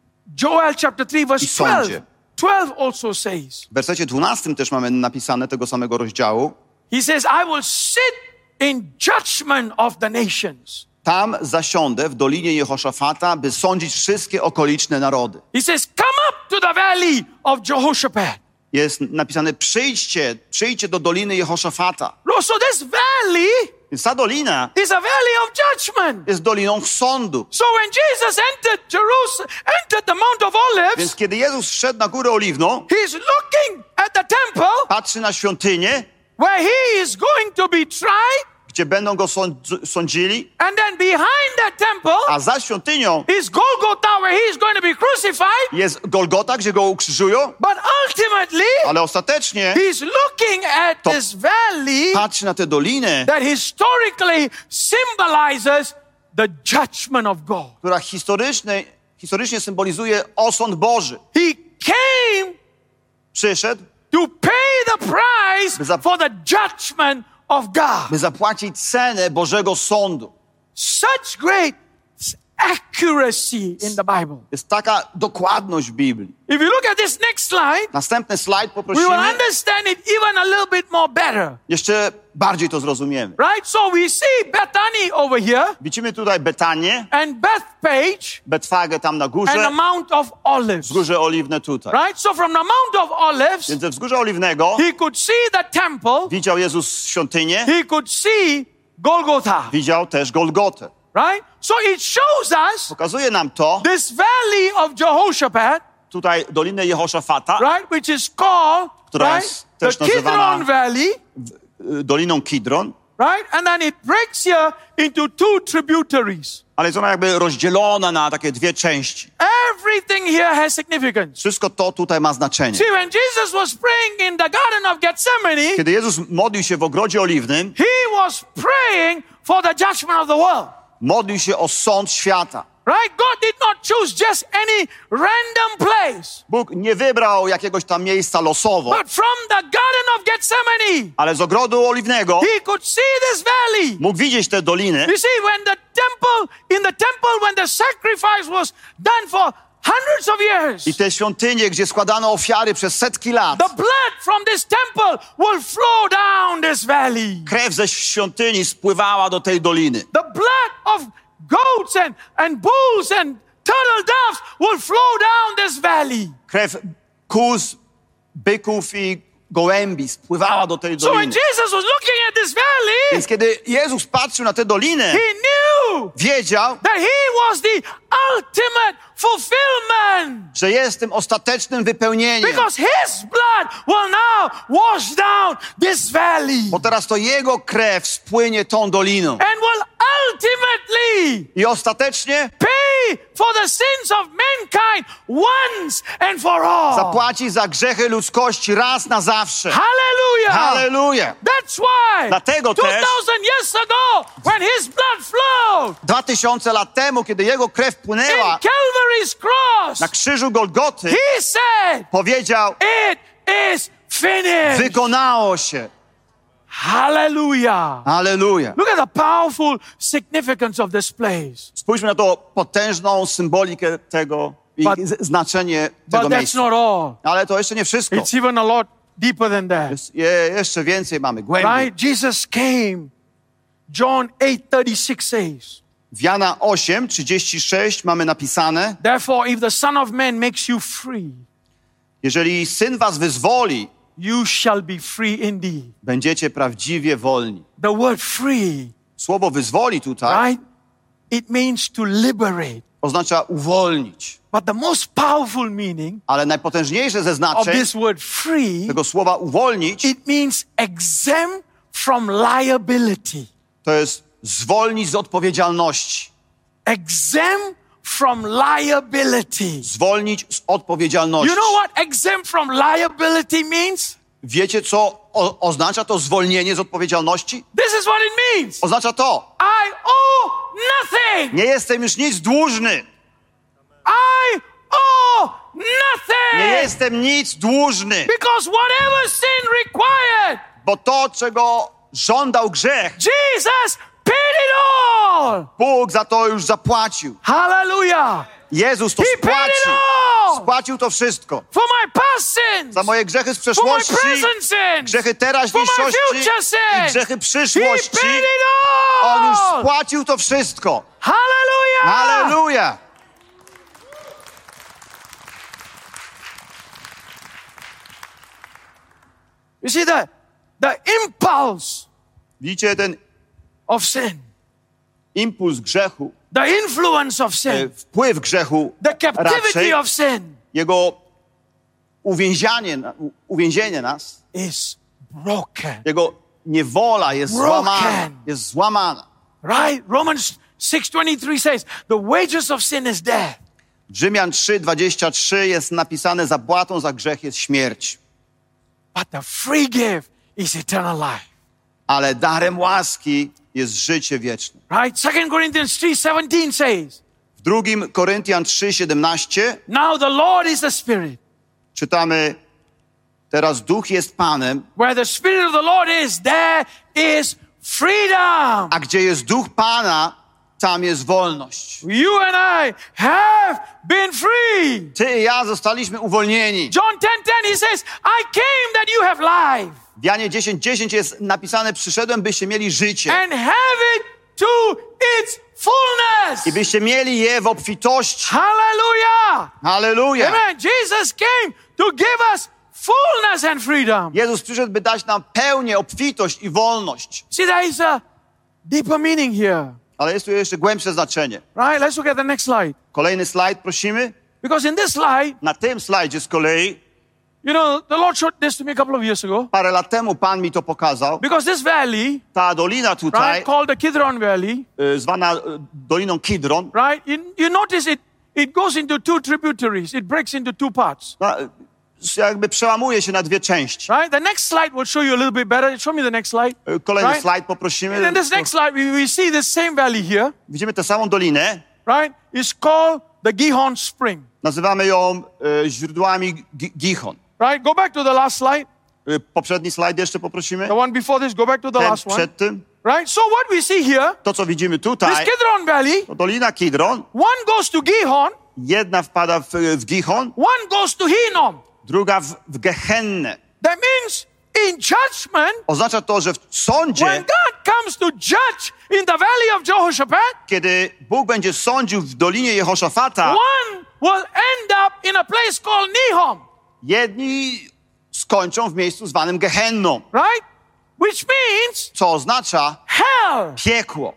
Joel chapter three verse I sądzie. twelve. twelve also says, W wersecie dwunastym też mamy napisane tego samego rozdziału. he says, I will sit in judgment of the nations. Tam zasiądę w Dolinie Jehoszafata, by sądzić wszystkie okoliczne narody. He says, come up to the valley of Jehoshaphat. Jest napisane: przyjdźcie, przyjdźcie do Doliny Jehoszafata. No, so this valley Więc ta dolina is a valley of judgment. jest doliną sądu. So when Jesus entered Jerusalem, entered the Mount of Olives, Więc kiedy Jezus wszedł na Górę Oliwną, he's looking at the temple patrzy na świątynię, where he is going to be tried, gdzie będą go sądz- sądzili, and then behind that temple a za świątynią is Golgotha, where he is going to be crucified. jest Golgota, gdzie go ukrzyżują, But ultimately, ale ostatecznie he's looking at To- this valley patrzy na tę dolinę, that historically symbolizes the judgment of God. która historycznie, historycznie symbolizuje osąd Boży. He came Przyszedł, to pay the price Za- for the judgment of God. by zapłacić cenę Bożego sądu. Such great accuracy in the Bible. Jest taka dokładność w Biblii. If you look at this next slide, Następny slajd we will poprosimy. understand it even a little bit more better. Jeszcze bardziej to zrozumiemy. Right? So we see Bethany over here Widzimy tutaj Betanię, and Bethpage Betfagę tam na and the górze, Mount of Olives. Wzgórze Oliwne tutaj. Right? So from the Mount of Olives, Więc ze Wzgórza Oliwnego he could see the temple, widział Jezus świątynię, he could see Golgotha. widział też Golgotę. Right? So it shows us Pokazuje nam to, this valley of Jehoshaphat, tutaj Dolinę Jehoszafata, right, which is called, Która right, jest the też nazywana- Kidron Valley, y, Doliną Kidron, right? And then it breaks here into two tributaries. ale jest ona jakby rozdzielona na takie dwie części. Everything here has significance. Wszystko to tutaj ma znaczenie. See, when Jesus was praying in the Garden of Gethsemane, Kiedy Jezus modlił się w ogrodzie oliwnym, he was praying for the judgment of the world. modlił się o sąd świata. Right? God did not choose just any random place, Bóg nie wybrał jakiegoś tam miejsca losowo, but from the Garden of Gethsemane, ale z ogrodu oliwnego he could see this valley. mógł widzieć te doliny. You see, when the temple, in the temple, when the sacrifice was done for hundreds of years, I te świątynie, gdzie składano ofiary przez setki lat, the blood from this temple will flow down this valley. krew ze świątyni spływała do tej doliny. The blood of goats and, and bulls and turtle doves will flow down this valley. Krew kóz, byków i gołębi spływała do tej So when doliny. Jesus was looking at this valley, Więc kiedy Jezus patrzył na tę dolinę, he knew wiedział, that he was the ultimate fulfillment. że jest tym ostatecznym wypełnieniem. Because his blood will now wash down this valley Bo teraz to Jego krew spłynie tą doliną. and will ultimately I ostatecznie pay pay for the sins of mankind once and for all. Zapłaci za grzechy ludzkości raz na zawsze. Hallelujah. Halleluja. That's why Dlatego two też thousand years ago, when his blood flowed dwa tysiące lat temu, kiedy jego krew in płynęła Calvary's cross, na krzyżu Golgoty, he said, powiedział, it is finished. wykonało się. Hallelujah. Halleluja. Look at the powerful significance of this place. Spójrzmy na to potężną symbolikę tego i But- z- znaczenie But tego that's miejsca. not all. Ale to jeszcze nie wszystko. It's even a lot deeper than that. Jest, je, jeszcze więcej mamy, głębiej. Right? Jesus came. John eight thirty-six says, W Jana osiem trzydzieści sześć mamy napisane, therefore, if the Son of Man makes you free, jeżeli Syn was wyzwoli, you shall be free indeed. będziecie prawdziwie wolni. The word free, Słowo wyzwoli tutaj right? It means to liberate. oznacza uwolnić. But the most powerful meaning Ale najpotężniejsze ze of znaczeń this word free, tego słowa uwolnić it means exempt from liability. to jest zwolnić z odpowiedzialności. Exempt from liability. Zwolnić z odpowiedzialności. You know what exempt from liability means? Wiecie, co o, oznacza to zwolnienie z odpowiedzialności? This is what it means. Oznacza to, I owe nothing. nie jestem już nic dłużny. I owe Nie nothing. jestem nic dłużny. Because whatever sin required, Bo to, czego żądał grzech, Jesus paid it all. Bóg za to już zapłacił. Hallelujah. Jezus to He paid it spłacił. all. Spłacił to wszystko. For my past sins. Za moje grzechy z For my przeszłości, present sins. grzechy For my teraźniejszości future i sins. grzechy He przyszłości. paid it On już all. spłacił to wszystko. Hallelujah. Halleluja! You see the, the impulse Widzicie ten of sin, impuls grzechu, the influence of e, sin, wpływ grzechu, the captivity raczej of sin jego uwięzianie, na- u- uwięzienie nas, is broken. jego niewola jest Broken. złamana. Jest złamana. Right? Romans six twenty-three says, the wages of sin is death. Rzymian trzy dwadzieścia trzy jest napisane, zapłatą za grzech jest śmierć, But the free gift is eternal life. ale darem łaski jest życie wieczne. Right? Second Corinthians three seventeen says, W drugim Koryntian trzy siedemnaście now the Lord is the Spirit. czytamy, teraz Duch jest Panem, Where the Spirit of the Lord is, there is freedom. a gdzie jest Duch Pana, tam jest wolność. You and I have been free. Ty i ja zostaliśmy uwolnieni. John ten ten, he says, I came that you have life W Janie dziesięć dziesięć jest napisane, przyszedłem, byście mieli życie and have it to its fullness. i byście mieli je w obfitości. Hallelujah. Halleluja! Amen. Jesus came to give us fullness and freedom. Jezus przyszedł, by dać nam pełnię, obfitość i wolność. See, there is a deeper meaning here. Ale jest tu jeszcze głębsze znaczenie. Right? Let's look at the next slide. Kolejny slajd, prosimy. Because in this slide, Na tym slajdzie z kolei, you know, the Lord showed this to me a couple of years ago. parę lat temu Pan mi to pokazał. Because this valley, Ta dolina tutaj, right, called the Kidron Valley, y, zwana y, Doliną Kidron, right? You, you notice it, it goes into two tributaries. It breaks into two parts. no, y, jakby przełamuje się na dwie części. Right? The next slide will show you a little bit better. Show me the next slide. Y, Kolejny Right? slajd poprosimy. And in this next slide, we, we see this same valley here, Widzimy tę samą dolinę. right? It's called the Gihon Spring, Nazywamy ją y, źródłami Gi- Gichon. right? Go back to the last slide. Y, poprzedni slajd jeszcze poprosimy. The one before this, go back to the Ten last one. przed tym. Right? So what we see here, To, co widzimy this tutaj, Kidron Valley, to Dolina Kidron. one goes to Gihon, Jedna wpada w, w Gichon, one goes to Hinnom. druga w, w Gehennę. That means in judgment, Oznacza to, że w when sądzie, God comes to judge in the valley of Jehoshaphat, kiedy Bóg będzie sądził w Dolinie Jehoszafata, one will end up in a place called Nihon, jedni skończą w miejscu zwanym Gehenną, right? Which means co oznacza hell. piekło.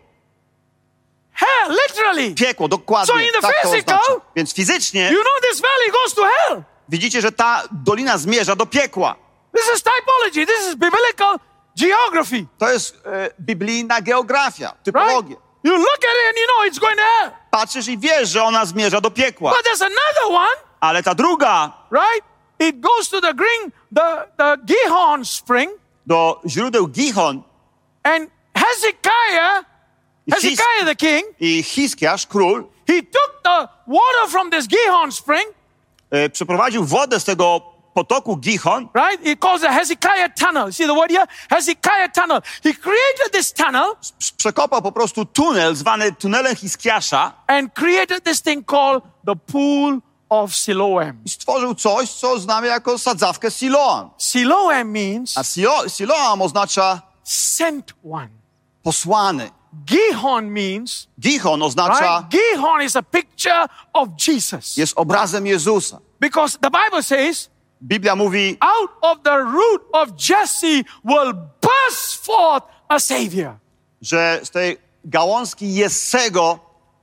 Hell, literally. Piekło, dokładnie. So in the tak to physical, oznacza. Więc fizycznie You know this valley goes to hell. widzicie, że ta dolina zmierza do piekła. This is typology. This is biblical geography, To jest e, biblijna geografia, typologia. right? You look at it and you know it's going to hell. Patrzysz i wiesz, że ona zmierza do piekła. But there's another one, Ale ta druga, right? It goes to the green, the, the Gihon spring, do źródeł Gihon, and Hezekiah, i, His, Hezekiah the king, i Hiskiasz, król, he took the water from this Gihon spring, e, przeprowadził wodę z tego potoku Gihon, right? He calls the Hezekiah tunnel. See the word here? Hezekiah tunnel. He created this tunnel przekopał po prostu tunel zwany tunelem Hiskiasza and created this thing called the pool of Siloam. i stworzył coś, co znamy jako sadzawkę Siloam. Siloam means A Silo, Siloam oznacza sent one. posłany. Gihon means, Gihon oznacza, right? Gihon is a picture of Jesus. jest obrazem Jezusa. Because the Bible says, Biblia mówi, out of the root of Jesse will burst forth a Savior. że z tej gałązki Jessego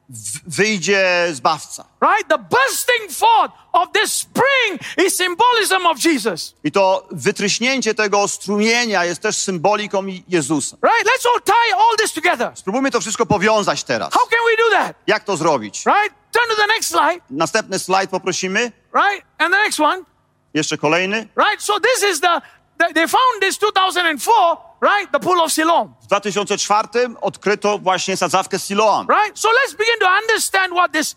w- wyjdzie Zbawca. Right? The bursting forth of this spring is symbolism of Jesus. I to wytryśnięcie tego strumienia jest też symboliką Jezusa. Right? Let's all tie all this together. Spróbujmy to wszystko powiązać teraz. How can we do that? Jak to zrobić? Right? Turn to the next slide. Następny slajd poprosimy. Right? And the next one. Jeszcze kolejny. Right? So this is the, the they found this two thousand four, right? The pool of Siloam. W dwa tysiące czwartym odkryto właśnie sadzawkę Siloam. Right? So let's begin to understand what this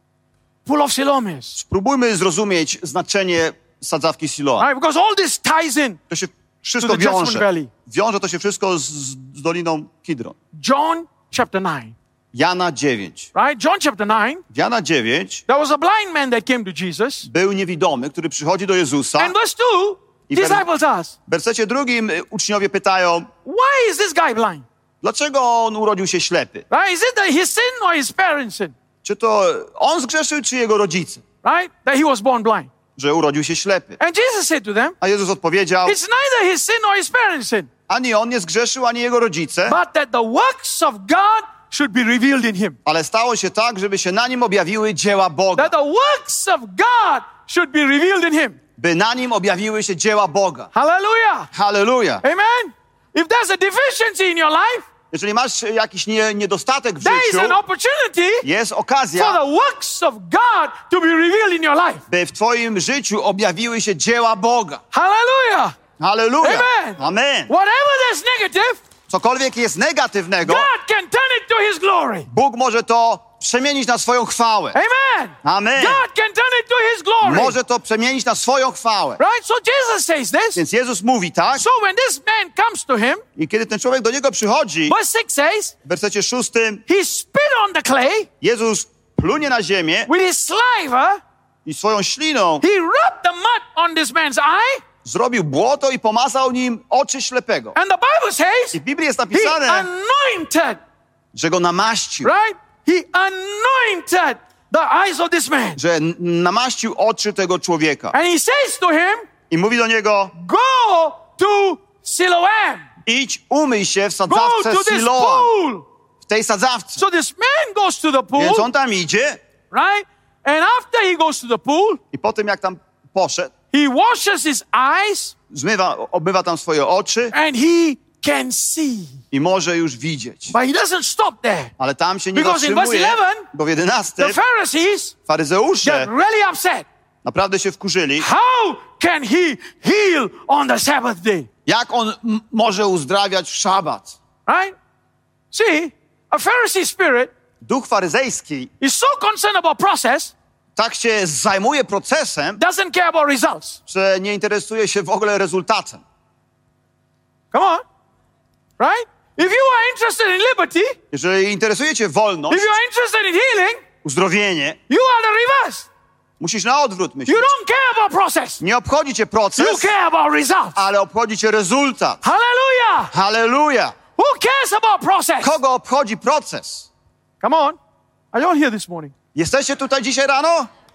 pool of Siloam is. Spróbujmy zrozumieć znaczenie sadzawki Siloam. Right? Because all this ties in. To się To wszystko the Judgment wiąże. Valley. Wiąże to się wszystko z, z Doliną Kidron. John chapter nine. Jana dziewięć. Right? John chapter nine. W Jana dziewięć There was a blind man that came to Jesus. był niewidomy, który przychodzi do Jezusa. And verse two, I wers- disciples ask, W wersecie drugim y, uczniowie pytają, why is this guy blind? dlaczego on urodził się ślepy? Right? Is it that his sin or his parents' sin? Czy to on zgrzeszył, czy jego rodzice, Right? That he was born blind. że urodził się ślepy? And Jesus said to them, A Jezus odpowiedział, it's neither his sin nor his parents' sin, ani on nie zgrzeszył, ani jego rodzice, but that the works of God should be revealed in him. ale stało się tak, żeby się na nim objawiły dzieła Boga. That the works of God should be revealed in him. By na nim objawiły się dzieła Boga. Hallelujah. Halleluja. Amen. If there's a deficiency in your life, Jeżeli masz jakiś nie, niedostatek w there is życiu, an opportunity jest for okazja, the works of God to be revealed in your life. by w twoim życiu objawiły się dzieła Boga. Hallelujah. Halleluja. Amen. Amen. Whatever that's negative, Cokolwiek jest negatywnego, God can turn it to his glory. Bóg może to przemienić na swoją chwałę. Amen. Amen. God can turn it to his glory. Może to przemienić na swoją chwałę. Right? So Jesus says this. Więc Jezus mówi tak, So when this man comes to him, i kiedy ten człowiek do niego przychodzi, verse six says, w wersecie szóstym, he spit on the clay Jezus plunie na ziemię with his saliva. i swoją śliną He rubbed the mud on this man's eye. zrobił błoto i pomazał nim oczy ślepego. And the Bible says I w Biblii jest he napisane, anointed, że go namaścił, right? He anointed the eyes of this man. że n- namaścił oczy tego człowieka. And he says to him, I mówi do niego, go to Siloam. idź umyj się w Go sadzawce to this Siloam, pool. w tej sadzawce. So this man goes to the Więc pool, on tam idzie right? And after he goes to the pool, i po tym jak tam poszedł, he washes his eyes zmywa, obmywa tam swoje oczy and he can see. i może już widzieć. But he doesn't stop there. Ale tam się nie Because in verse zatrzymuje, eleven, bo w jedenastym The Pharisees get faryzeusze really upset. naprawdę się wkurzyli. How can he heal on the Sabbath day? Jak on m- może uzdrawiać w szabat? Right? See, a Pharisee spirit Duch faryzejski is so concerned about process, tak się zajmuje procesem, doesn't care about results. że nie interesuje się w ogóle rezultatem. Come on. Right? If you are interested in liberty, Jeżeli interesuje cię wolność, if you are interested in healing, uzdrowienie, you are the reverse. musisz na odwrót myśleć. You don't care about process. Nie obchodzi cię You proces, care about results. ale obchodzi cię rezultat. Hallelujah. Halleluja! Who cares about process? Kogo obchodzi proces? Come on. Are you all here this morning? Jesteście tutaj dzisiaj rano?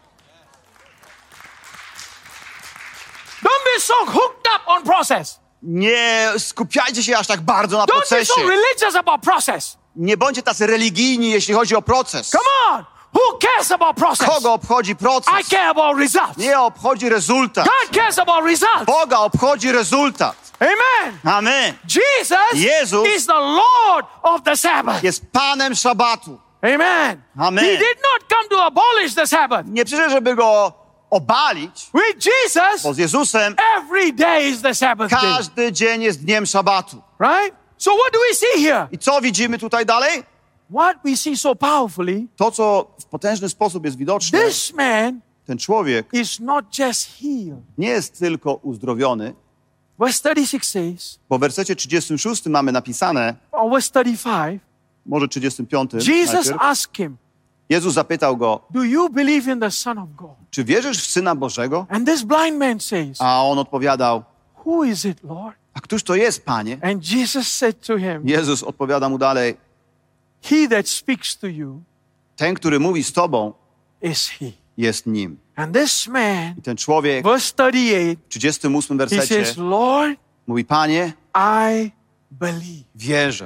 Don't be so hooked up on process. Nie skupiajcie się aż tak bardzo na Don't be procesie. so religious about process. Nie bądźcie tacy religijni, jeśli chodzi o proces. Come on. Who cares about process? Kogo obchodzi proces? I care about results. Nie obchodzi rezultat. God cares about results. Boga obchodzi rezultat. Amen. Amen. Jesus Jezus is the Lord of the Sabbath. Jest Panem szabatu. Amen. Amen. He did not come to abolish the Sabbath. Nie przyszedł, żeby go obalić, With Jesus, bo z Jezusem every day is the Sabbath day. każdy dzień jest dniem szabatu. Right? So what do we see here? I co widzimy tutaj dalej? What we see so powerfully, To, co w potężny sposób jest widoczne, this man ten człowiek is not just healed. nie jest tylko uzdrowiony, Verse thirty-six says, bo w wersecie trzydziestym szóstym mamy napisane, or verse thirty-five, może trzydziestym piątym Jesus najpierw, asked him, Jezus zapytał go, do you believe in the Son of God? czy wierzysz w Syna Bożego? And this blind man says, A on odpowiadał, who is it, Lord? a któż to jest, Panie? And Jesus said to him, Jezus odpowiada mu dalej, he that speaks to you ten, który mówi z tobą, is he. jest nim. And this man, I ten człowiek verse thirty-eight, w trzydziestym ósmym he wersecie says, Lord, mówi, Panie, I believe. wierzę,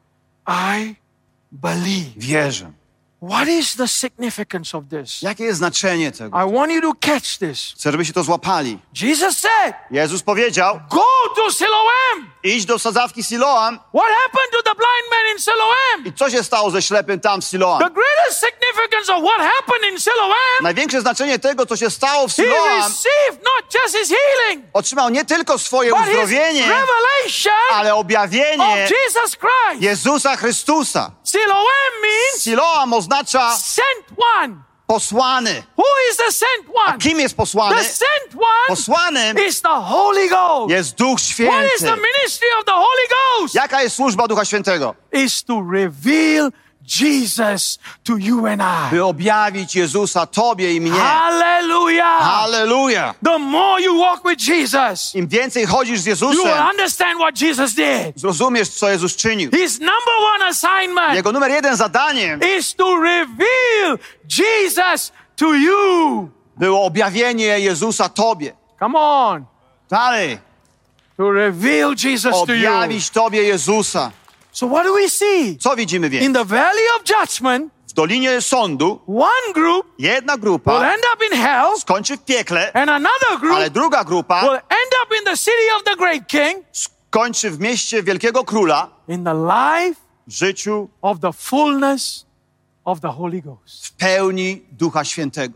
I believe. wierzę. What is the significance of this? Jakie jest znaczenie tego? I want you to catch this. Chcę, żebyście to złapali. Jesus said, Jezus powiedział, go to Siloam. idź do sadzawki Siloam. What happened to the blind man in Siloam? I co się stało ze ślepym tam w Siloam? The greatest significance of what happened in Siloam, Największe znaczenie tego, co się stało w he Siloam, received not just his healing, otrzymał nie tylko swoje but his uzdrowienie, revelation ale of objawienie Jesus Christ. Jezusa Chrystusa. Siloam means Siloam oznacza sent one. posłany. Who is the sent A one? kim jest posłany? The sent one Posłanym is the Holy Ghost. jest Duch What is Święty. the ministry of the Holy Ghost? Jaka jest służba Ducha Świętego? Is to reveal Jesus to you and I. By objawić Jezusa Tobie i mnie. Hallelujah. Halleluja! The more you walk with Jesus, Im więcej chodzisz z you will Jezusem, understand what Jesus did. zrozumiesz, co Jezus czynił. His number one assignment Jego numer jeden zadaniem is to reveal Jesus to you. było objawienie Jezusa Tobie. Come on. Dalej, To reveal Jesus to you. objawić Tobie Jezusa. So what do we see? Co widzimy In więc? the valley of judgment, W Dolinie Sądu one group jedna will grupa end up in hell, skończy w piekle, and another group ale druga grupa will end up in the city of the great king, skończy w mieście Wielkiego Króla in the life w życiu of the fullness of the Holy Ghost. w pełni Ducha Świętego.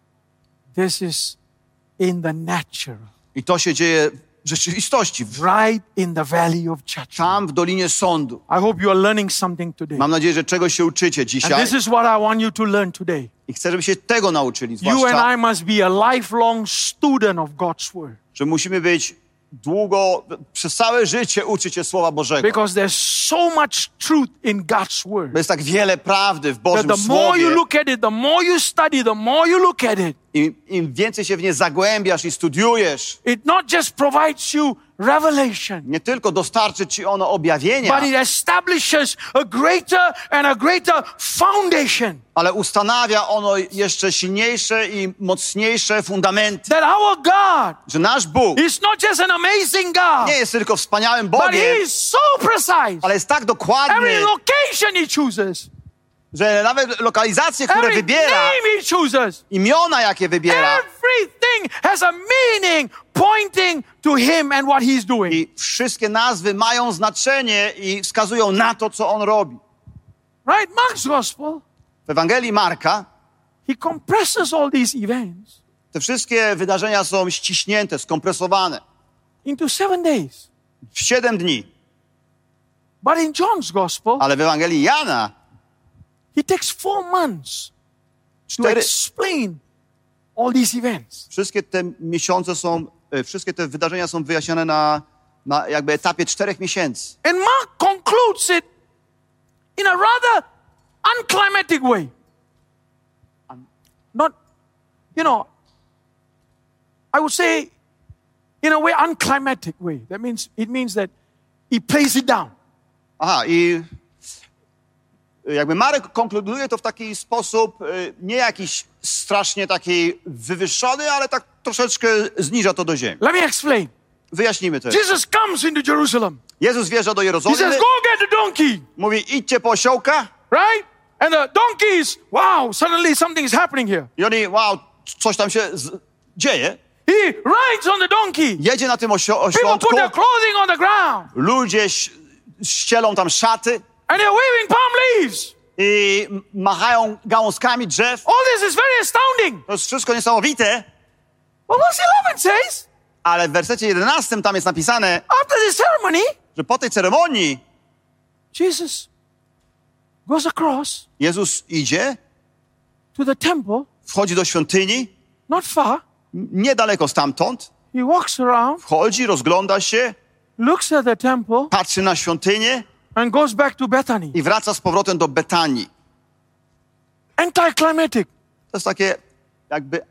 This is in the natural, I to się dzieje w rzeczywistości, w- right in the valley of judgment. tam w Dolinie Sądu. I hope you are learning something today. Mam nadzieję, że czegoś się uczycie And dzisiaj this is what I want you to learn today. i chcę, żebyście tego nauczyli, You and zwłaszcza, I must be a lifelong student of God's word, że musimy być długo, przez całe życie uczyć się Słowa Bożego. because there's so much truth in God's word Bo jest tak wiele prawdy w that Bożym the more you Słowie. look at it, the more you study, the more you look at it, Im, Im więcej się w nie zagłębiasz i studiujesz, it not just provides you revelation, nie tylko dostarczy ci ono objawienia, but it establishes a greater and a greater foundation ale ustanawia ono jeszcze silniejsze i mocniejsze fundamenty. that our God Że nasz Bóg is not just an amazing God, nie jest tylko wspaniałym but He Bogiem, is so precise. ale jest tak dokładny, Every location He chooses, że nawet lokalizacje, które every wybiera, name He chooses, imiona, jakie wybiera, everything has a meaning pointing to Him and what He's doing. i wszystkie nazwy mają znaczenie i wskazują na to, co On robi. Right? Mark's Gospel, W Ewangelii Marka he compresses all these events te wszystkie wydarzenia są ściśnięte, skompresowane into seven days. w siedem dni. But in John's Gospel, Ale w Ewangelii Jana he takes four months to cztery, explain all these events. wszystkie te miesiące są, e, wszystkie te wydarzenia są wyjaśnione na, na jakby etapie czterech miesięcy. And Mark concludes it in a rather unclimatic way. Not, you know, I would say in a way unclimatic way. That means, it means that he plays it down. Aha, i jakby Marek konkluduje to w taki sposób, e, nie jakiś strasznie taki wywyższony, ale tak troszeczkę zniża to do ziemi. Let me explain. Wyjaśnimy to. Jesus comes into Jerusalem. Jezus wjeżdża do He Jerozolimy, says, go get the donkey, mówi idźcie po osiołka, right? And the donkeys, wow, suddenly something is happening here. I oni, wow, coś tam się z... dzieje. He rides on the donkey. Jedzie na tym osio- People ośrodku. put their clothing on the ground. Ludzie ś- ścielą tam szaty And they're waving palm leaves. i m- machają gałązkami drzew. All this is very astounding. To jest wszystko niesamowite, But verse eleven says, ale w wersecie jedenastym tam jest napisane, after the ceremony, że po tej ceremonii Jesus goes across Jezus idzie, to the temple, wchodzi do świątyni, not far. niedaleko stamtąd, He walks around, wchodzi, rozgląda się, looks at the temple, patrzy na świątynię and goes back to Bethany. i wraca z powrotem do Betanii. Anticlimactic. To jest takie jakby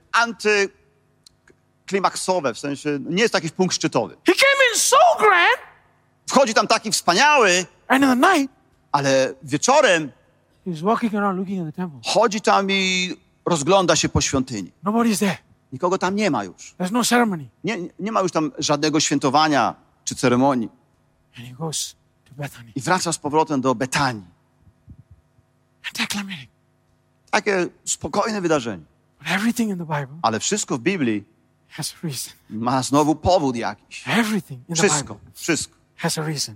antyklimaksowe, w sensie nie jest taki punkt szczytowy. He came in so grand, Wchodzi tam taki wspaniały, and in the night, ale wieczorem he's walking around looking at the temple. chodzi tam i rozgląda się po świątyni. Nobody's there. Nikogo tam nie ma już. There's no ceremony. Nie, nie ma już tam żadnego świętowania czy ceremonii. And he goes to Bethany. I wraca z powrotem do Betanii. Anticlimactic. Takie spokojne wydarzenie. But everything in the Bible Ale wszystko w Biblii has a reason. ma znowu powód jakiś. Everything in the Wszystko, Bible wszystko. has a reason.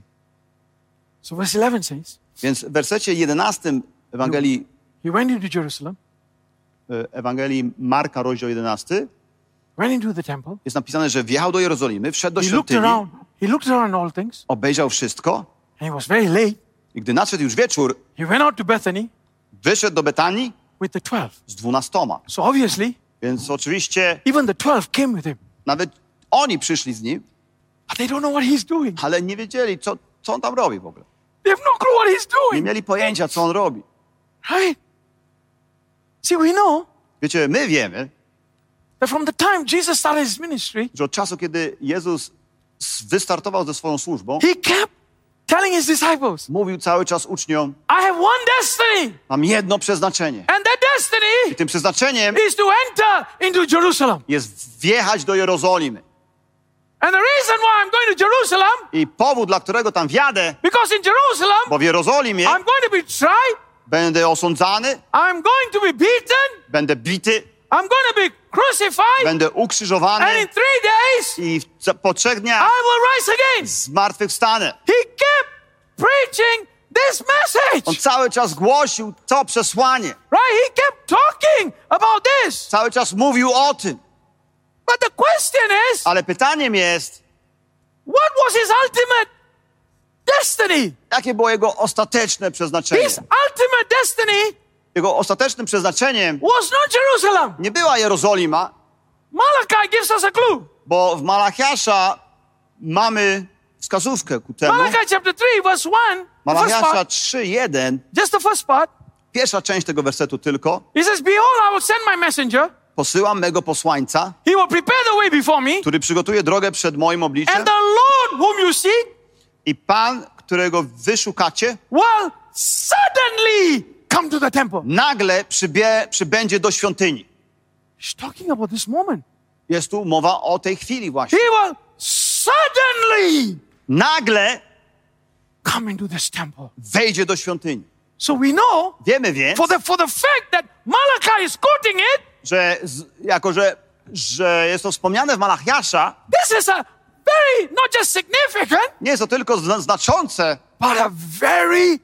So verse eleven says, Więc w wersecie jedenastym Ewangelii, he went into Jerusalem, Ewangelii Marka, rozdział jedenasty, went into the temple. jest napisane, że wjechał do Jerozolimy, wszedł do He looked świątyni, around. He looked around all things, obejrzał wszystko and it was very late. i gdy nadszedł już wieczór, He went out to Bethany wyszedł do Betanii with the twelve. z dwunastoma. So obviously, Więc oczywiście even the twelve came with him, nawet oni przyszli z nim, but they don't know what he's doing. ale nie wiedzieli, co, co on tam robi w ogóle. They have no clue what he's Nie doing, mieli pojęcia, co on robi. right? See, we know Wiecie, my wiemy, that from the time Jesus started his ministry, że od czasu, kiedy Jezus s- wystartował ze swoją służbą, he kept telling his disciples, mówił cały czas uczniom, I have one destiny, mam jedno przeznaczenie. and that I destiny tym przeznaczeniem is to enter into Jerusalem. jest wjechać do Jerozolimy. And the reason why I'm going to Jerusalem, I powód, dla którego tam wjadę, because in Jerusalem, bo w Jerozolimie I'm going to be tried, będę osądzany, I'm going to be beaten, będę bity, I'm going to be crucified, będę and ukrzyżowany in three days, i w- za- po trzech I dniach will rise again. zmartwychwstanę. He kept preaching this On message, cały czas głosił to przesłanie. right? He kept talking about this. Cały czas mówił o tym. But the question is, Ale pytaniem jest, what was his ultimate destiny? jakie było jego ostateczne przeznaczenie? His ultimate destiny Jego ostatecznym przeznaczeniem was not Jerusalem. nie była Jerozolima, Malachi gives us a clue. bo w Malachiasza mamy wskazówkę ku temu. Malachi chapter three, verse one, the first Malachiasza part, trzy jeden, just the first part. pierwsza część tego wersetu tylko. He says, behold, I will send my messenger. Posyłam mego posłańca, He will prepare the way before me. który przygotuje drogę przed moim obliczem. And the Lord whom you seek I Pan, którego wy szukacie, will suddenly come to the temple. nagle przybie, przybędzie do świątyni. He's talking about this moment. Jest tu mowa o tej chwili właśnie. He will suddenly Nagle come into this temple. wejdzie do świątyni. So we know, Wiemy więc, for the, for the fact that Malachi is quoting it, że z, jako, że, że jest to wspomniane w Malachiasza, this is a very, not just significant, nie jest to tylko zna, znaczące, but a very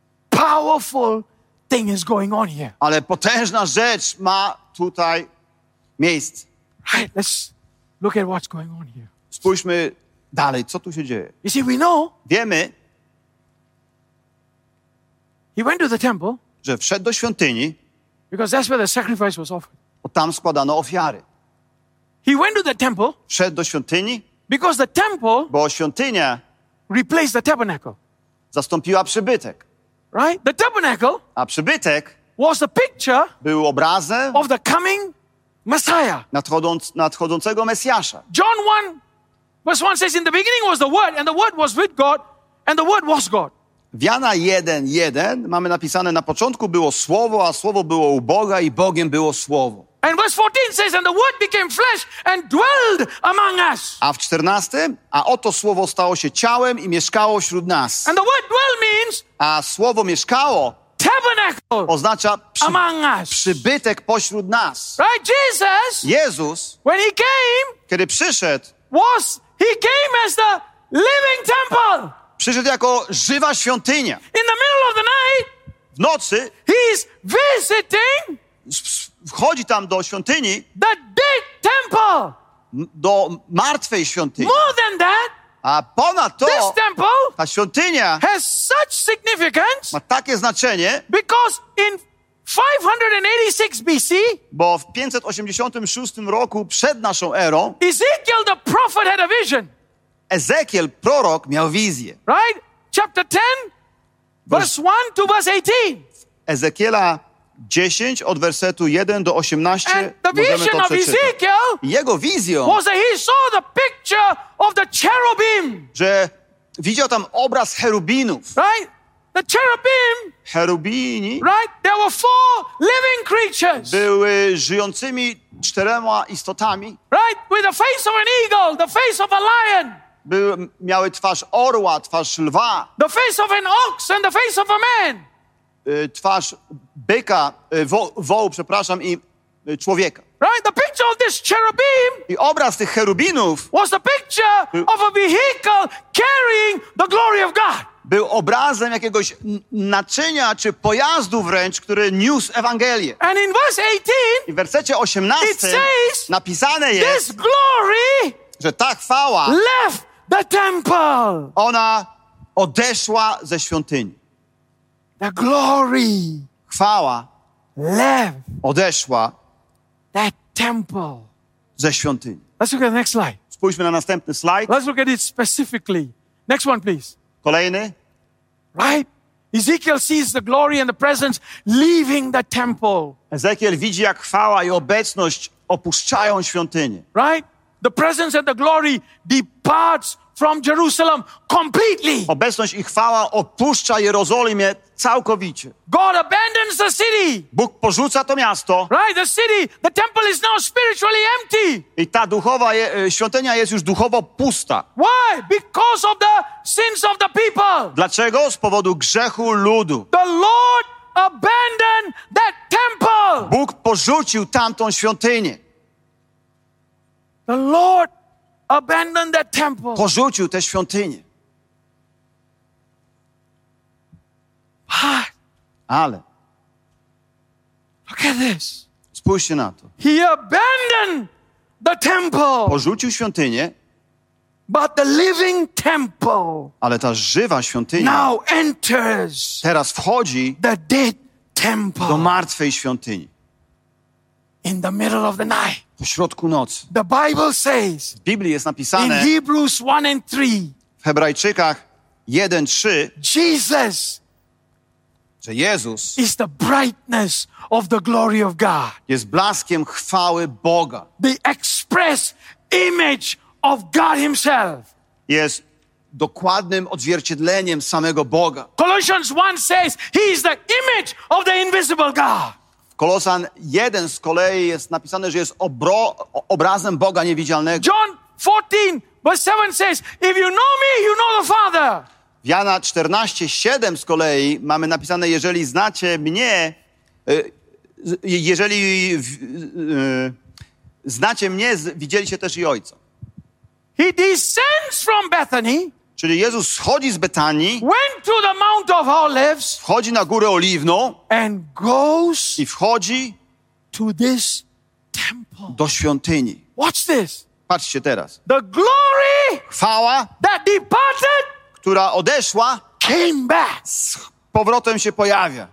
powerful thing is going on here. ale potężna rzecz ma tutaj miejsce. Right, let's look at what's going on here. Spójrzmy dalej, co tu się dzieje. You see, we know Wiemy, he went to the temple że wszedł do świątyni, because that's where the sacrifice was offered. bo tam składano ofiary. He went to the temple Wszedł do świątyni, because the temple bo świątynia replaced the tabernacle. zastąpiła przybytek. Right? The tabernacle A przybytek was the picture był obrazem of the coming Messiah. nadchodząc, nadchodzącego Mesjasza. John one, verse one says, in the beginning was the Word, and the Word was with God, and the Word was God. W Jana jeden jeden mamy napisane, na początku było Słowo, a Słowo było u Boga i Bogiem było Słowo. And verse fourteen says, and the Word became flesh and dwelled among us. A w czternastym, a oto Słowo stało się ciałem i mieszkało wśród nas. And the word dwell means A Słowo mieszkało tabernacle oznacza przy, among us. przybytek pośród nas. Right? Jesus, Jezus, when he came, kiedy przyszedł, was he came as the living temple. przyszedł jako żywa świątynia. In the middle of the night, W nocy he's visiting wchodzi tam do świątyni, the dead temple. m- do martwej świątyni. More than that, A ponadto this temple ta świątynia has such significance ma takie znaczenie, because in five eighty-six B C, bo w pięćset osiemdziesiątym szóstym roku przed naszą erą Ezekiel the prophet had a vision. Ezekiel, prorok, miał wizję. Right? Chapter ten, verse one to verse eighteen. Ezekiela dziesięć od wersetu jeden do osiemnastego And the możemy vision to of przeczytać. Ezekiel I Jego wizją, was that he saw the picture of the cherubim. że widział tam obraz cherubinów. Right? The cherubim, Cherubini right? There were four living creatures. były żyjącymi czterema istotami. Right? With the face of an eagle, the face of a lion, Były, miały twarz orła, twarz lwa, the face of an ox, and the face of a man. y, twarz byka, y, wo, wołu, przepraszam, i y, człowieka. Right? The picture of this cherubim I obraz tych cherubinów was the picture of a vehicle carrying the glory of God. był obrazem jakiegoś n- naczynia czy pojazdu wręcz, który niósł Ewangelię. And in verse eighteen, I w wersecie osiemnastym It says, napisane this jest, glory że ta chwała, left the temple. ona odeszła ze świątyni. The glory Chwała left odeszła that temple. ze świątyni. Let's look at the next slide. Spójrzmy na następny slajd. Let's look at it specifically. Next one, please. Kolejny. Right? Ezekiel sees the glory and the presence leaving the temple. Ezekiel widzi, jak chwała i obecność opuszczają świątynię. Right? The presence and the glory departs from Jerusalem completely. Obecność i chwała opuszcza Jerozolimę całkowicie. God abandons the city. Bóg porzuca to miasto Right? The city, the temple is now spiritually empty. i ta duchowa je, e, świątynia jest już duchowo pusta. Why? Because of the sins of the people. Dlaczego? Z powodu grzechu ludu. The Lord abandoned that temple. Bóg porzucił tamtą świątynię. The Lord abandoned that temple. Porzucił tę świątynię. But Ale look at this. spójrzcie na to. He abandoned the temple. Porzucił świątynię, But the living temple ale ta żywa świątynia now enters teraz wchodzi the dead do temple martwej świątyni. in the middle of the night. Po środku nocy. The Bible says W Biblii jest in napisane Hebrews one and three, w Hebrajczykach jeden trzy, Jesus że Jezus is the brightness of the glory of God, jest blaskiem chwały Boga. the express image of God himself. Jest dokładnym odzwierciedleniem samego Boga. Colossians one says he is the image of the invisible God. W Kolosan jeden z kolei jest napisane, że jest obro, obrazem Boga niewidzialnego. John fourteen verse seven says, if you know me, you know the Father. W Jana czternaście siedem z kolei mamy napisane, jeżeli znacie mnie, y, jeżeli y, y, znacie mnie, z- widzieliście też i Ojca. He descends from Bethany, Czyli Jezus schodzi z Betanii, went to the Mount of Olives, wchodzi na Górę Oliwną and goes i wchodzi to this temple. do świątyni. Watch this. Patrzcie teraz. The glory Chwała, that departed która odeszła, came back z powrotem się pojawia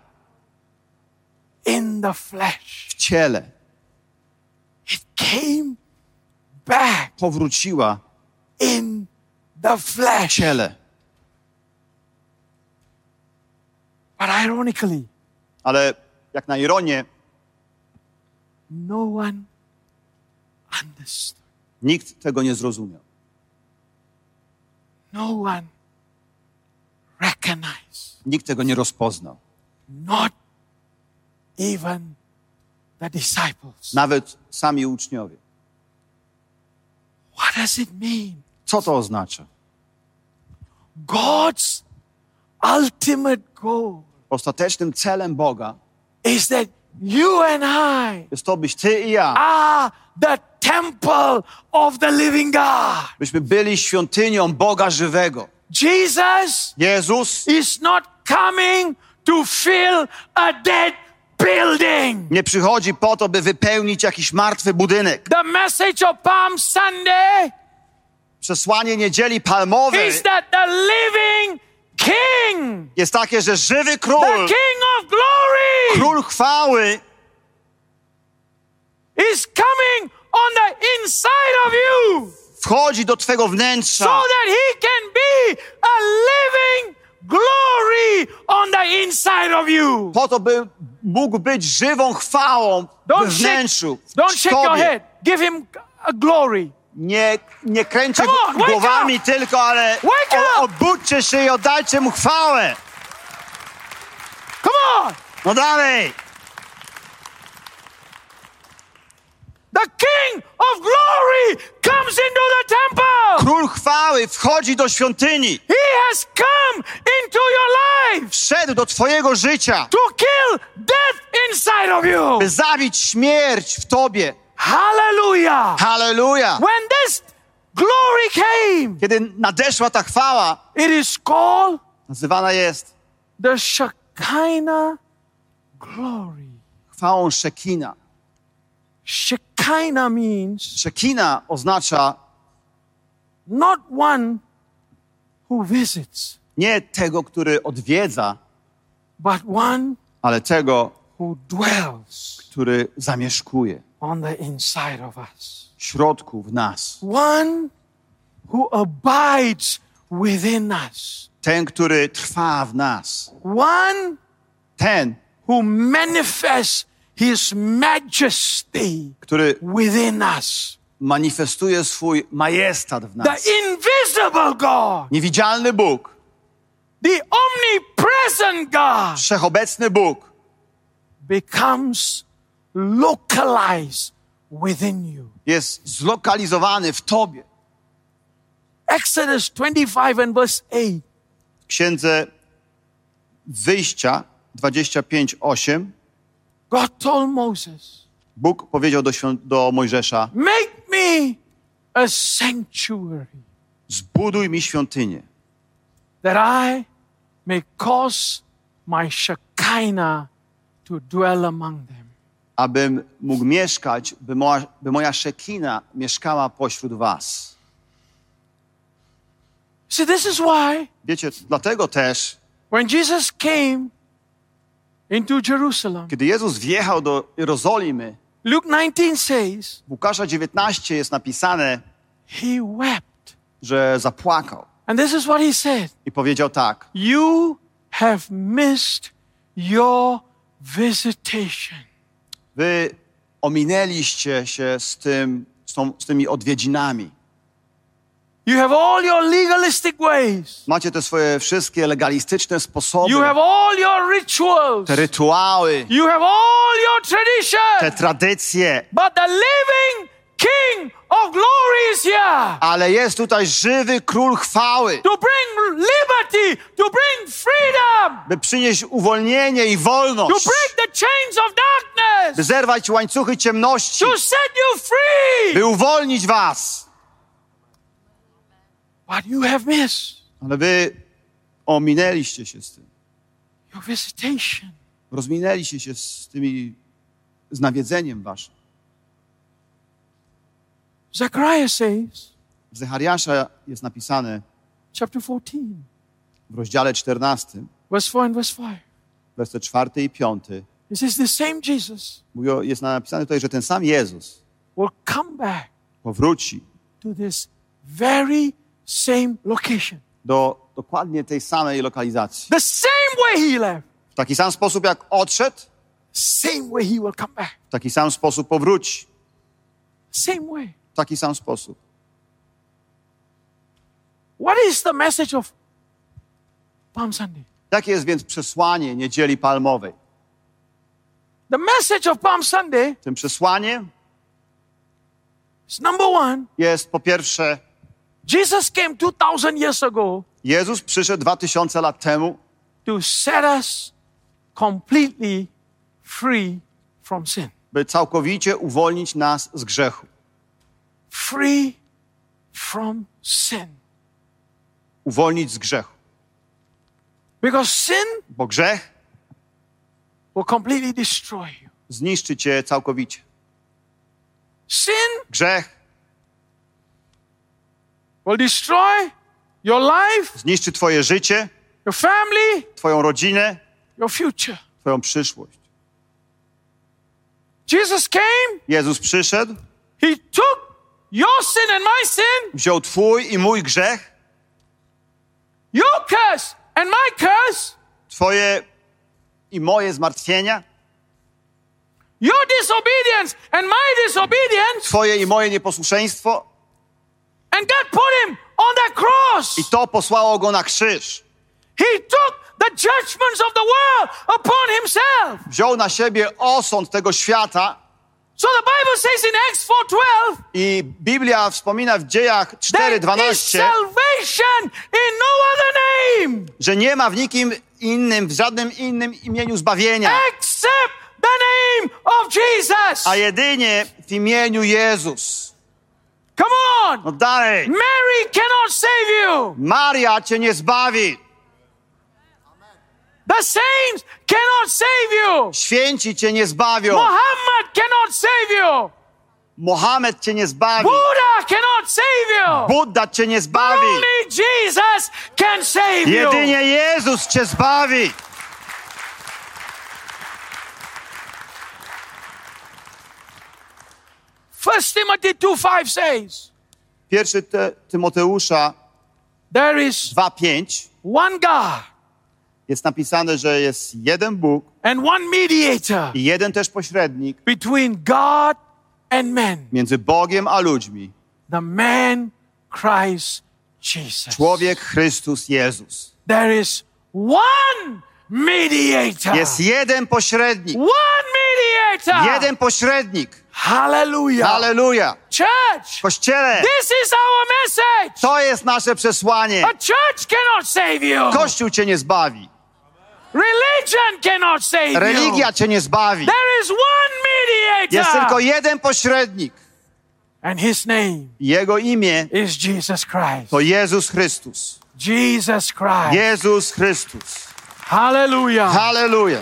in the flesh. w ciele. It came back Powróciła in the w flesh. ciele. But ironically, Ale jak na ironię, no one understood. nikt tego nie zrozumiał. No one recognized. Nikt tego nie rozpoznał. Not even the disciples. Nawet sami uczniowie. What does it mean? Co to oznacza? God's ultimate goal Ostatecznym celem Boga is that you and I jest to, byś ty i ja, are the temple of the living God. byśmy byli świątynią Boga żywego. Jesus Jezus is not coming to fill a dead building. nie przychodzi po to, by wypełnić jakiś martwy budynek. The message of Palm Sunday Przesłanie Niedzieli Palmowej is that the living King, jest takie, że żywy the król, King of glory, król chwały is coming on the inside of you wchodzi do twego wnętrza, so that he can be a living glory on the inside of you. po to, by mógł być żywą chwałą we Don't wnętrzu, shake, don't w shake your tobie. head. Give him a glory. Nie, nie kręćcie Come on, wake głowami up! tylko, ale Wake o, up! obudźcie się i oddajcie mu chwałę. Come on. No dalej. The King of glory comes into the temple. Król chwały wchodzi do świątyni. He has come into your life Wszedł do twojego życia, to kill death inside of you. by zabić śmierć w tobie. Hallelujah. Halleluja. When this glory came, Kiedy nadeszła ta chwała, it is called nazywana jest the Shekinah glory. chwałą Szekina. Shekinah means Szekina oznacza not one who visits, nie tego, który odwiedza, but one ale tego, who dwells który zamieszkuje on the inside of us. w środku w nas. One who abides within us. Ten, który trwa w nas. One Ten, who manifests his majesty który within us. manifestuje swój majestat w The nas. invisible God. Niewidzialny Bóg, The omnipresent God wszechobecny Bóg becomes localized within you. jest zlokalizowany w tobie. Exodus twenty-five and verse eight. W Księdze Wyjścia dwadzieścia pięć osiem God told Moses, Bóg powiedział do, świąt- do Mojżesza: make me a sanctuary zbuduj mi świątynię, that I may cause my Shekinah to dwell among them. abym mógł mieszkać, by moja, by moja Szekina mieszkała pośród was. See, this is why Wiecie, dlatego też, when Jesus came into Jerusalem, kiedy Jezus wjechał do Jerozolimy, Luke nineteen says, w Łukasza dziewiętnaście jest napisane, he wept. że zapłakał And this is what he said. i powiedział tak: You have missed your visitation. wy ominęliście się z, tym, z, tą, z tymi odwiedzinami. You have all your legalistic ways. Macie te swoje wszystkie legalistyczne sposoby, You have all your rituals. te rytuały, You have all your te traditions. tradycje, But the living King of glory is here ale jest tutaj żywy Król Chwały, to bring liberty, to bring freedom, by przynieść uwolnienie i wolność, to break the chains of by darkness, zerwać łańcuchy ciemności, to set you free. by uwolnić was. But you have missed Ale wy ominęliście się z tym. your visitation. Rozminęliście się z tymi, z nawiedzeniem waszym. Zechariah says, W Zechariasza jest napisane chapter fourteen, w rozdziale czternastym, verse four and verse five. werset czwarty i piąty. It says the same Jesus Mówi, o- jest napisane tutaj, że ten sam Jezus will come back powróci to this very same location. do dokładnie tej samej lokalizacji. The same way he left, W taki sam sposób jak odszedł, same way he will come back. w taki sam sposób powróci. Same way. W taki sam sposób. What is the message of Palm Sunday? Jakie jest więc przesłanie Niedzieli Palmowej? The message of Palm Sunday Tym przesłaniem is number one, jest po pierwsze, Jesus came two thousand years ago Jezus przyszedł dwa tysiące lat temu, to set us completely free from sin. by całkowicie uwolnić nas z grzechu. Free from sin. Uwolnić z grzechu. Because sin Bo grzech will completely destroy you. zniszczy cię całkowicie. Sin Grzech will destroy your life, zniszczy twoje życie, your family, twoją rodzinę, your future. twoją przyszłość. Jesus came, Jezus przyszedł, he took your sin and my sin, wziął twój i mój grzech, your curse and my curse, twoje i moje zmartwienia, your disobedience and my disobedience, twoje i moje nieposłuszeństwo and God put him on that cross. i to posłało go na krzyż. He took the judgments of the world upon himself. Wziął na siebie osąd tego świata So the Bible says in Acts four twelve, i Biblia wspomina w Dziejach cztery there is dwanaście, salvation in no other name że nie ma w nikim innym, w żadnym innym imieniu zbawienia, except the name of Jesus. a jedynie w imieniu Jezus. Come on. No dalej. Mary cannot save you. Maria cię nie zbawi. The saints cannot save you. Święci cię nie zbawią. Muhammad cannot save you. Mohamed cię nie zbawi. Buddha cannot save you. Budda cię nie zbawi. Only Jesus can save you. Jedynie Jezus cię zbawi. First Timothy two five says, Pierwszy te, Tymoteusza there is dwa pięć one God jest napisane, że jest jeden Bóg and one mediator i jeden też pośrednik between God and men, między Bogiem a ludźmi. the man Christ Jesus. Człowiek Chrystus Jezus. There is one mediator. Jest jeden pośrednik. One mediator. Jeden pośrednik. Hallelujah. Halleluja. Church, Kościele, this is our message. to jest nasze przesłanie. A church cannot save you. Kościół cię nie zbawi. Religion cannot save you. Religia cię nie zbawi. There is one mediator. Jest tylko jeden pośrednik. And his name Jego imię is Jesus Christ. to Jezus Chrystus. Jesus Christ. Jezus Chrystus. Hallelujah. Halleluja.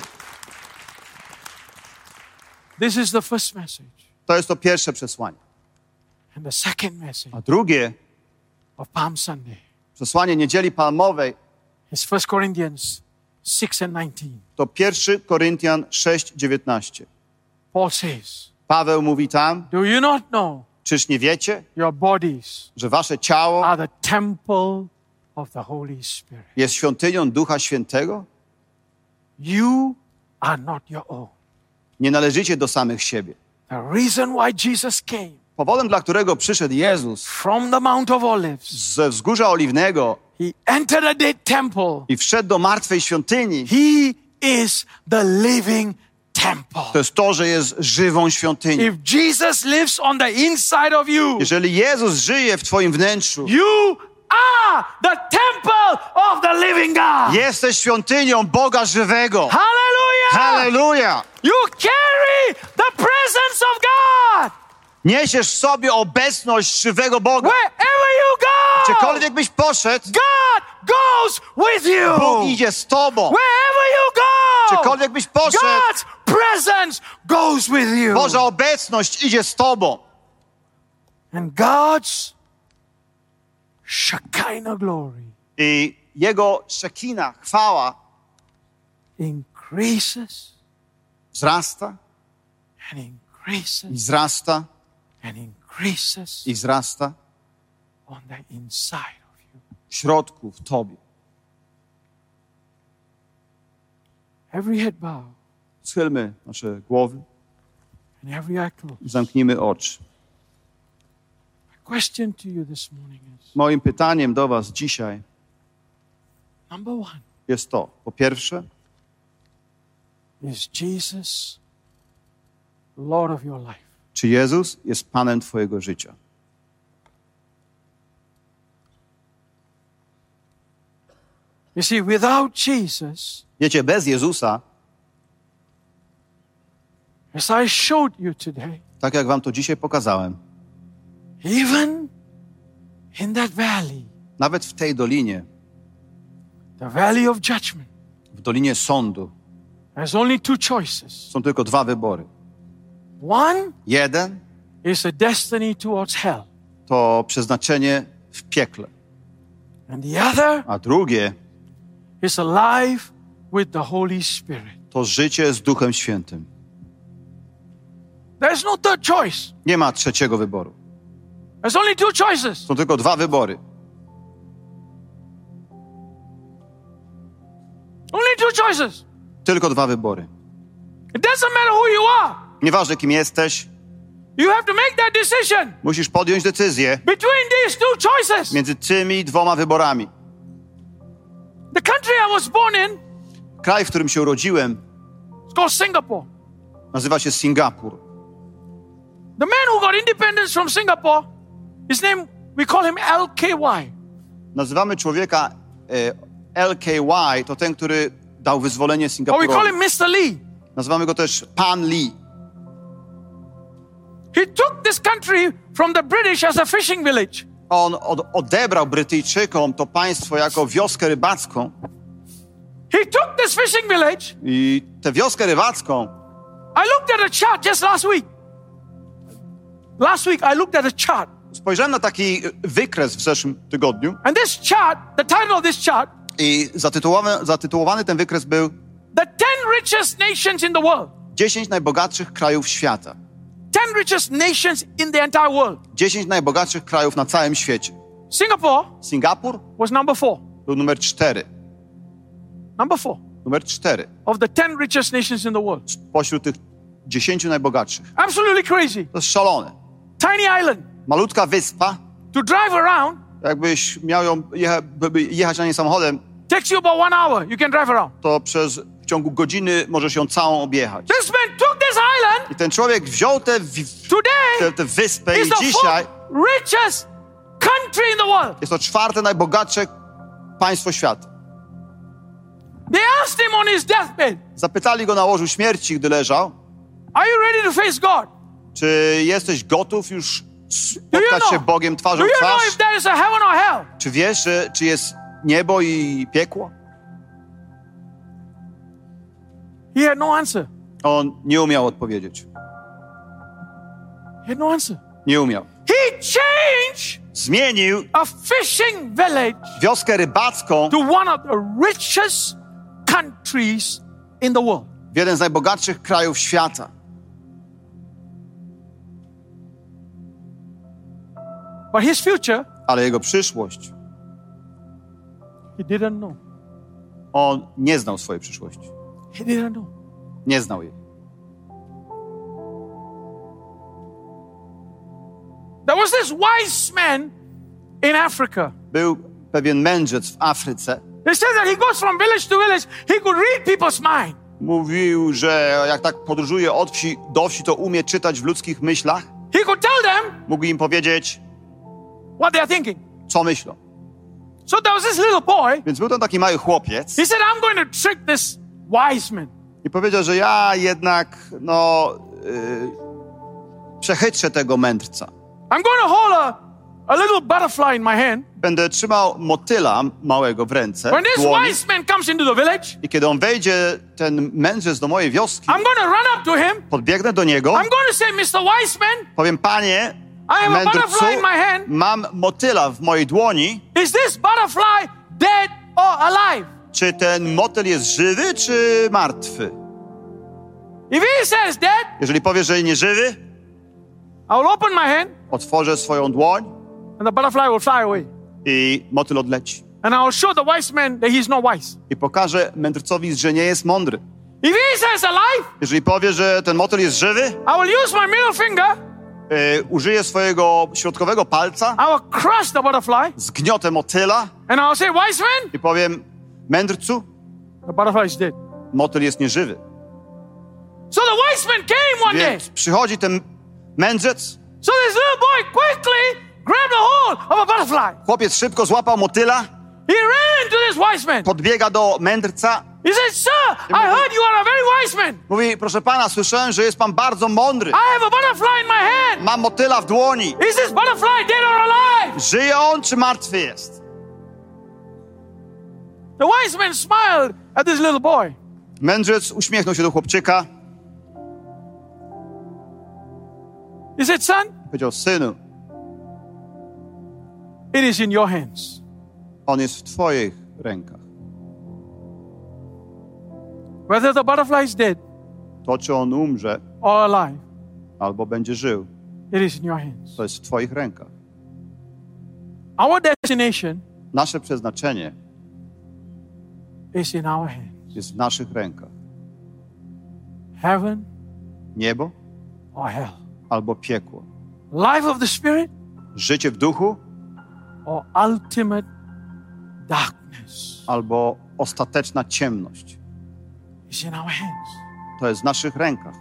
This is the first message. To jest to pierwsze przesłanie. And the second message A drugie of Palm Sunday przesłanie Niedzieli Palmowej is First Corinthians six and nineteen. to pierwszy Koryntian sześć dziewiętnaście. Paul says, Paweł mówi tam, do you not know czyż nie wiecie, your bodies że wasze ciało are the temple of the Holy Spirit? jest świątynią Ducha Świętego? You are not your own. Nie należycie do samych siebie. The reason why Jesus came Powodem, dla którego przyszedł Jezus from the Mount of Olives, ze wzgórza Oliwnego he entered a dead temple. i wszedł do martwej świątyni, He is the living temple. to jest to, że jest żywą świątynią. If Jesus lives on the inside of you, Jeżeli Jezus żyje w twoim wnętrzu, you are the temple of the living God. jesteś świątynią Boga żywego. Hallelujah. Halleluja! You carry the presence of God. Niesiesz w sobie obecność żywego Boga. Wherever you go, Gdziekolwiek byś poszedł, God goes with you. Bóg idzie z tobą. Wherever you go, Gdziekolwiek byś poszedł, God's presence goes with you. Boża obecność idzie z tobą. And God's Shekinah glory I Jego szekina, chwała increases wzrasta and i increases wzrasta and increases i wzrasta on the inside of you. w środku, w tobie. Every head bow Schylmy nasze głowy and every eye closed. i zamknijmy oczy. My question to you this morning is, Moim pytaniem do was dzisiaj number one, jest to. Po pierwsze, is Jesus Lord of your life? czy Jezus jest Panem twojego życia? You see, without Jesus, Wiecie, bez Jezusa As I showed you today, tak jak wam to dzisiaj pokazałem, even in that valley, nawet w tej dolinie, the valley of judgment, w dolinie sądu, there's only two choices. są tylko dwa wybory. One Jeden is a destiny towards hell, to przeznaczenie w piekle, and the other a drugie is a life with the Holy Spirit. to życie z Duchem Świętym. There's no third choice. Nie ma trzeciego wyboru. There's only two choices. Są tylko dwa wybory. Only two choices. Tylko dwa wybory. It doesn't matter who you are. Nieważne, kim jesteś, You have to make that decision musisz podjąć decyzję between these two choices. między tymi dwoma wyborami. The country I was born in Kraj, w którym się urodziłem, is called Singapore. nazywa się Singapur. The man who got independence from Singapore, his name, we call him L K Y. Nazywamy człowieka e, L K Y, to ten, który dał wyzwolenie Or we Singapurowi. call him mister Lee. Nazywamy go też Pan Lee. He took this country from the British as a fishing village. On od, odebrał Brytyjczykom to państwo jako wioskę rybacką He took this fishing village. i tę wioskę rybacką I looked at a chart just last week. Last week I looked at a chart. spojrzałem na taki wykres w zeszłym tygodniu And this chart, the title of this chart, i zatytułowany, zatytułowany ten wykres był the ten richest nations in the world. dziesięć najbogatszych krajów świata. ten richest nations in the entire world. dziesięć najbogatszych krajów na całym świecie. Singapore Singapur was number four. był numer cztery. Number four Numer cztery of the ten richest nations in the world. pośród tych dziesięciu najbogatszych. Absolutely crazy. To jest szalone. Tiny island. Malutka wyspa, To drive around jakbyś miał ją jecha, by jechać na niej samochodem, takes you about one hour. You can drive around. to przez w ciągu godziny możesz ją całą objechać. This man took this island I ten człowiek wziął tę today. tę wyspę It's i the dzisiaj fourth richest country in the world. jest to czwarte najbogatsze państwo świata. They asked him on his deathbed, Zapytali go na łożu śmierci, gdy leżał, are you ready to face God? czy jesteś gotów już Do you spotkać się know? Bogiem twarzą Do w you know twarz? if there is a heaven or hell? Czy wiesz, że, czy jest niebo i piekło? He had no answer. On nie umiał odpowiedzieć. He had no answer. Nie umiał. He changed Zmienił a fishing village wioskę rybacką to one of the richest countries in the world. w jeden z najbogatszych krajów świata. But his future, Ale jego przyszłość, he didn't know. on nie znał swojej przyszłości. He didn't know. Nie znał jej. There was this wise man in Africa. Był pewien mędrzec w Afryce. They said that he goes from village to village. He could read people's mind. Mówił, że jak tak podróżuje od wsi do wsi, to umie czytać w ludzkich myślach. He could tell them Mógł im powiedzieć, what they are thinking. co myślą. So there was this little boy. Więc był tam taki mały chłopiec He said, I'm going to trick this wise man. i powiedział, że ja jednak, no, yy, przechytrzę tego mędrca. I'm going to hold a, a little butterfly in my hand. Będę trzymał motyla małego w ręce, When w this dłoni. wise man comes into the village, I kiedy on wejdzie, ten mędrzec do mojej wioski, I'm going to run up to him. podbiegnę do niego, I'm going to say, mister Wise Man, powiem, panie, I have a mędrcu, butterfly in my hand. mam motyla w mojej dłoni. Is this butterfly dead or alive? Czy ten motyl jest żywy, czy martwy? If he says dead, Jeżeli powie, że nie żywy, I will open my hand otworzę swoją dłoń and the butterfly will fly away. i motyl odleci. And I will show the wise man that he's not wise. I pokażę mędrcowi, że nie jest mądry. If he says alive, Jeżeli powie, że ten motyl jest żywy, I will use my middle finger. yy, użyję swojego środkowego palca, I will crush the butterfly. zgniotę motyla And I will say, wise man, i powiem, mędrcu, the butterfly is dead. motyl jest nieżywy. So the wise man came one day. Więc przychodzi ten mędrzec, So this little boy quickly grabbed a hold of a butterfly. chłopiec szybko złapał motyla, He ran to this wise man. podbiega do mędrca He said, sir, I heard you are a very wise man. Mówi, proszę pana, słyszałem, że jest pan bardzo mądry. I have a butterfly in my hand. Mam motyla w dłoni. Is this butterfly dead or alive? Żyje on, czy martwy jest? The wise man smiled at this little boy. Mędrzec uśmiechnął się do chłopczyka. He said, son, Powiedział, synu, it is in your hands. on jest w twoich rękach. Whether the butterfly is dead To, czy on umrze, or alive, albo będzie żył, it is in your hands. to jest w twoich rękach. Our destination Nasze przeznaczenie is in our hands. jest w naszych rękach. Heaven Niebo or hell. albo piekło. Life of the Spirit Życie w duchu or ultimate darkness albo ostateczna ciemność. is in our hands. To jest w naszych rękach.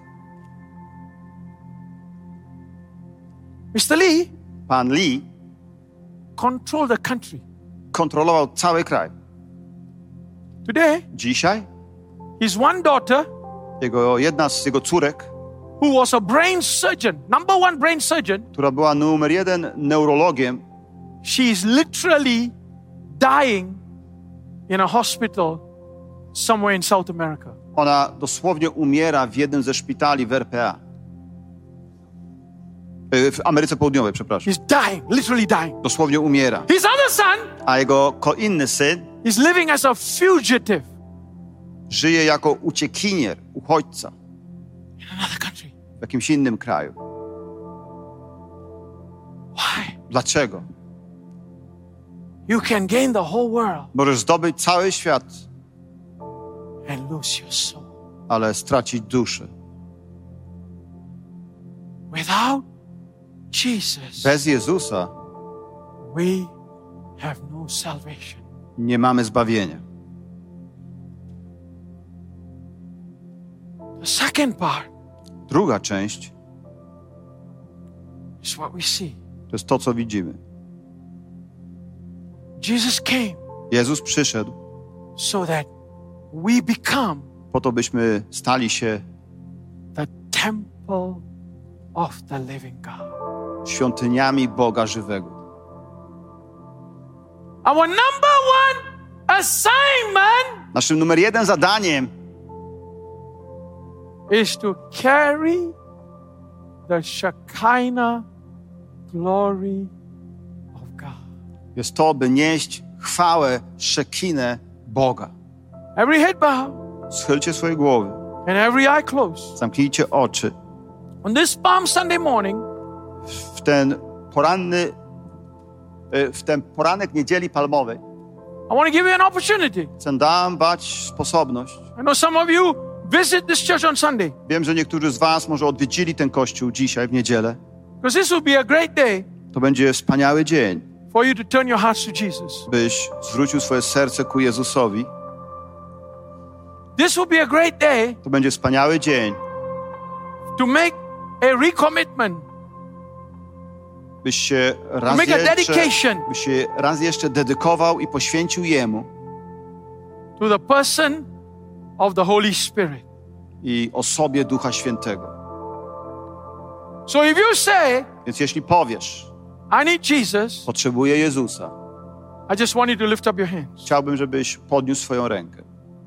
Mister Lee Pan Lee controlled the country. kontrolował cały kraj. Today, Dzisiaj his one daughter, jego, jedna z jego córek, who was a brain surgeon, number one brain surgeon, która była numer jeden neurologiem, she is literally dying in a hospital somewhere in South America. ona dosłownie umiera w jednym ze szpitali w R P A. W Ameryce Południowej, przepraszam. He's dying, literally dying. Dosłownie umiera. His other son A jego ko- inny syn is living as a fugitive żyje jako uciekinier, uchodźca in another country. w jakimś innym kraju. Why? Dlaczego? You can gain the whole world Możesz zdobyć cały świat, and lose your soul. ale stracić duszę. Without Jesus, Bez Jezusa we have no salvation. nie mamy zbawienia. The second part Druga część is what we see. to jest to, co widzimy. Jesus came Jezus przyszedł so that we become po to, byśmy stali się the temple of the living God. świątyniami Boga żywego. Our number one assignment Naszym numer jeden zadaniem is to carry the Shekinah glory of God. jest to, by nieść chwałę, szekinę Boga. Every head bow Schylcie swoje głowy, and every eye closed. zamknijcie oczy. On this Palm Sunday morning, W ten poranny, w ten poranek niedzieli palmowej I want to give you an opportunity. chcę dam dać sposobność. I know some of you visit this church on Sunday Wiem, że niektórzy z was może odwiedzili ten kościół dzisiaj w niedzielę. because this will be a great day To będzie wspaniały dzień, for you to turn your hearts to Jesus. byś zwrócił swoje serce ku Jezusowi. This will be a great day To będzie wspaniały dzień, to make a recommitment, byś się raz make a jeszcze, dedication byś się raz jeszcze dedykował i poświęcił Jemu to the person of the Holy Spirit. i osobie Ducha Świętego. So if you say, Więc jeśli powiesz, I need Jesus, potrzebuję Jezusa, I just want you to lift up your hands. chciałbym, żebyś podniósł swoją rękę.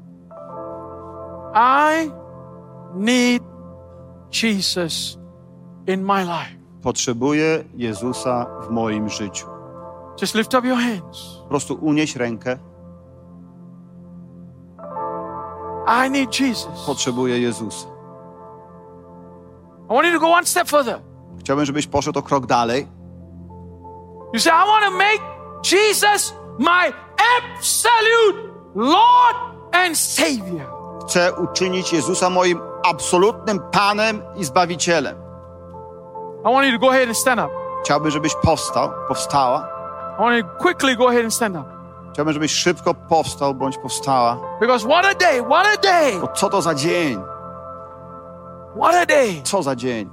I need Jesus in my life. Potrzebuję Jezusa w moim życiu. Just lift up your hands. Po prostu unieś rękę. I need Jesus. Potrzebuję Jezusa. I want you to go one step further. Chciałbym, żebyś poszedł o krok dalej. You say, I want to make Jesus my absolute Lord and Savior. Chcę uczynić Jezusa moim absolutnym Panem i Zbawicielem. I want you to go ahead and stand up. Chciałbym, żebyś powstał, powstała. I want you to quickly go ahead and stand up. Chciałbym, żebyś szybko powstał bądź powstała. Because what a day, what a day, Bo co to za dzień? what a day Co za dzień?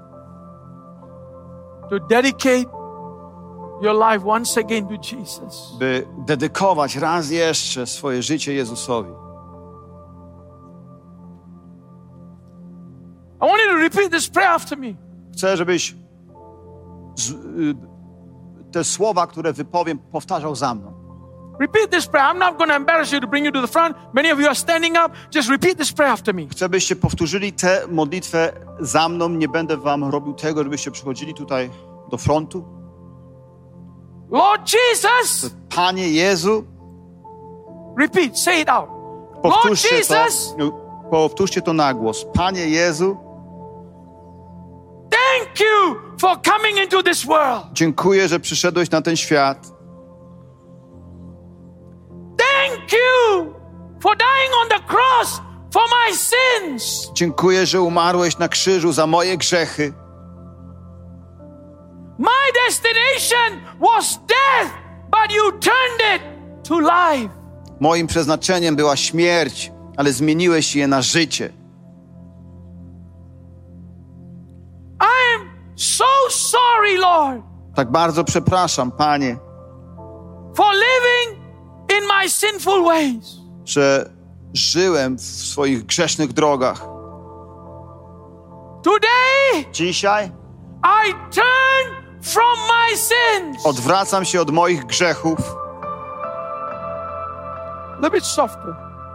to dedicate your life once again to Jesus. By dedykować raz jeszcze swoje życie Jezusowi. I want you to repeat this prayer after me. Chcę, żebyś z, y, te słowa, które wypowiem, powtarzał za mną. Repeat this prayer. I'm not going to embarrass you to bring you to the front. Many of you are standing up. Just repeat this prayer after me. Chcę, byście powtórzyli tę modlitwę za mną. Nie będę wam robił tego, żebyście przychodzili tutaj do frontu. Lord Jesus. Panie Jezu. Repeat. Say it out. Lord Powtórzcie Jesus. to, powtórzcie to na głos. Panie Jezu. Thank you for coming into this world. Dziękuję, że przyszedłeś na ten świat. Thank you for dying on the cross for my sins. Dziękuję, że umarłeś na krzyżu za moje grzechy. My destination was death, but you turned it to life. Moim przeznaczeniem była śmierć, ale zmieniłeś je na życie. I am so sorry, Lord, Tak bardzo przepraszam, Panie, for living in my sinful ways. że żyłem w swoich grzesznych drogach. Today, Dzisiaj I turn from my sins. odwracam się od moich grzechów. A little bit softer.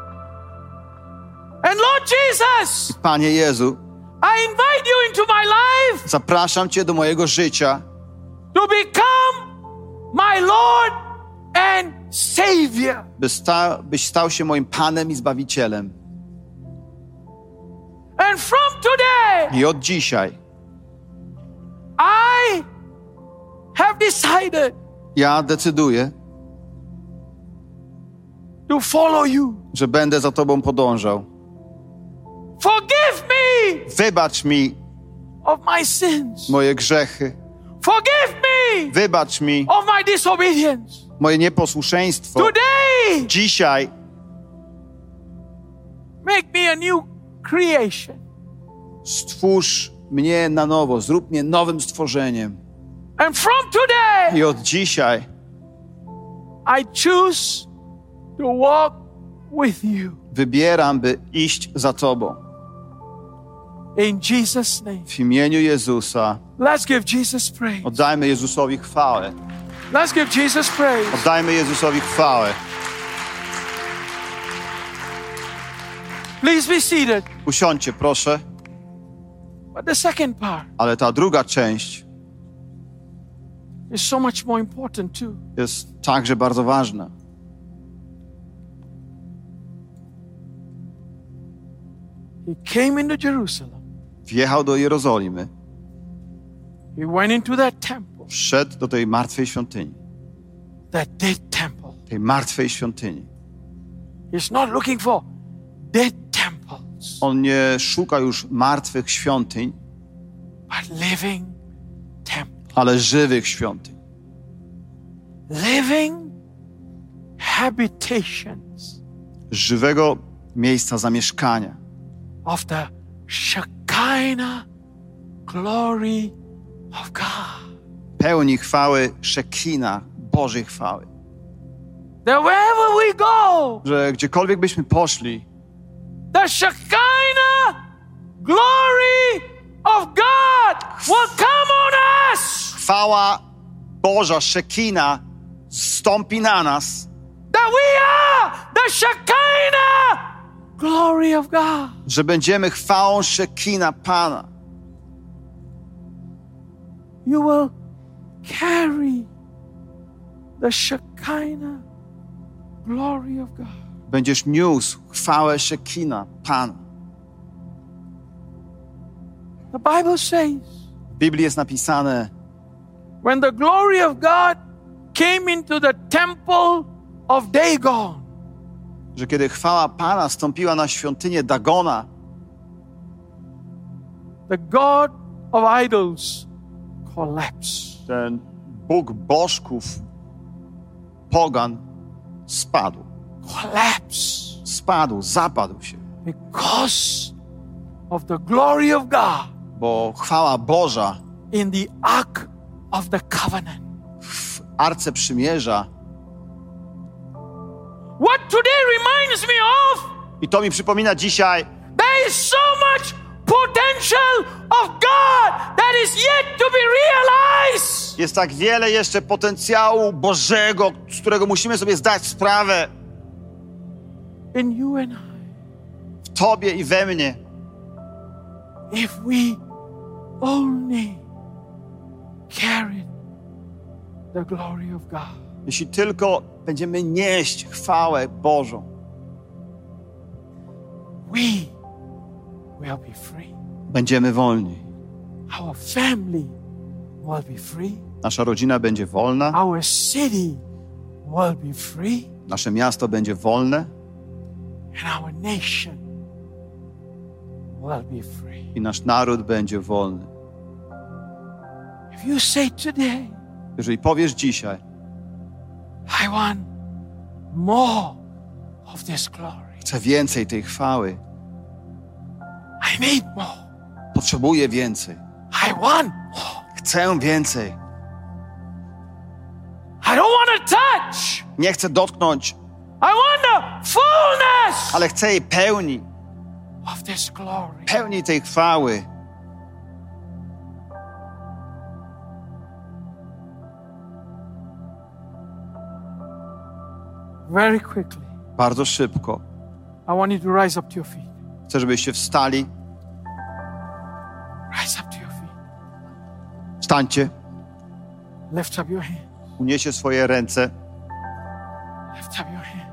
And Lord Jesus, Panie Jezu, I invite you into my life zapraszam Cię do mojego życia, to become my Lord and Savior. by sta- byś stał się moim Panem i Zbawicielem. And from today, I od dzisiaj I have decided ja decyduję, to follow you. że będę za Tobą podążał. Forgive me Wybacz mi of my sins. moje grzechy. Forgive me Wybacz mi of my disobedience. moje nieposłuszeństwo. Today, Dzisiaj make me a new creation. stwórz mnie na nowo, zrób mnie nowym stworzeniem. And from today, I od dzisiaj I choose to walk with you. wybieram, by iść za Tobą. In Jesus' name. W imieniu Jezusa Let's give Jesus praise. oddajmy Jezusowi chwałę. Let's give Jesus praise. Oddajmy Jezusowi chwałę. Please be seated. Usiądźcie, proszę. But the second part Ale ta druga część is so much more important too. jest także bardzo ważna. He came into Jerusalem. Wjechał do Jerozolimy. He went into that temple, Wszedł do tej martwej świątyni. that dead temple. Tej martwej świątyni. He's not looking for dead temples, On nie szuka już martwych świątyń, but living temples. ale żywych świątyń. Living habitations Żywego miejsca zamieszkania. of the Shekinah glory of God. Pełni chwały Szekina, Bożej chwały. That wherever we go, Że gdziekolwiek byśmy poszli, the Shekinah glory of God will come on us. chwała Boża, Szekina, zstąpi na nas. That we are the Shekinah glory of God. Że będziemy chwałą Szekina Pana. You will carry the Shekinah glory of God. Będziesz niósł chwałę Szekina Pana. The Bible says, W Biblii jest napisane, when the glory of God came into the temple of Dagon, że kiedy chwała Pana stąpiła na świątynię Dagona, the god of idols collapsed. ten Bóg bożków, pogan, spadł. Collapsed Spadł, zapadł się. because of the glory of God Bo chwała Boża in the ark of the covenant. w Arce Przymierza. What today reminds me of, I to mi przypomina dzisiaj, there is so much potential of God that is yet to be realized. Jest tak wiele jeszcze potencjału Bożego, z którego musimy sobie zdać sprawę. In you and I. W Tobie i we mnie. If we only carry the glory of God. Jeśli tylko będziemy nieść chwałę Bożą. We will be free. Będziemy wolni. Our family will be free. Nasza rodzina będzie wolna. Our city will be free. Nasze miasto będzie wolne. And our nation will be free. I nasz naród będzie wolny. If you say today, jeżeli powiesz dzisiaj, I want more of this glory. Chcę więcej tej chwały. I need more. Potrzebuję więcej. I want more. Chcę więcej. I don't want to touch. Nie chcę dotknąć. I want the fullness. Ale chcę jej pełni. Of this glory. Pełni tej chwały. Very quickly. Bardzo szybko. I want you to rise up to your feet. Chcę, żebyście wstali. Rise up to your feet. Wstańcie. Lift up your hand. Unieście swoje ręce. Lift up your hand.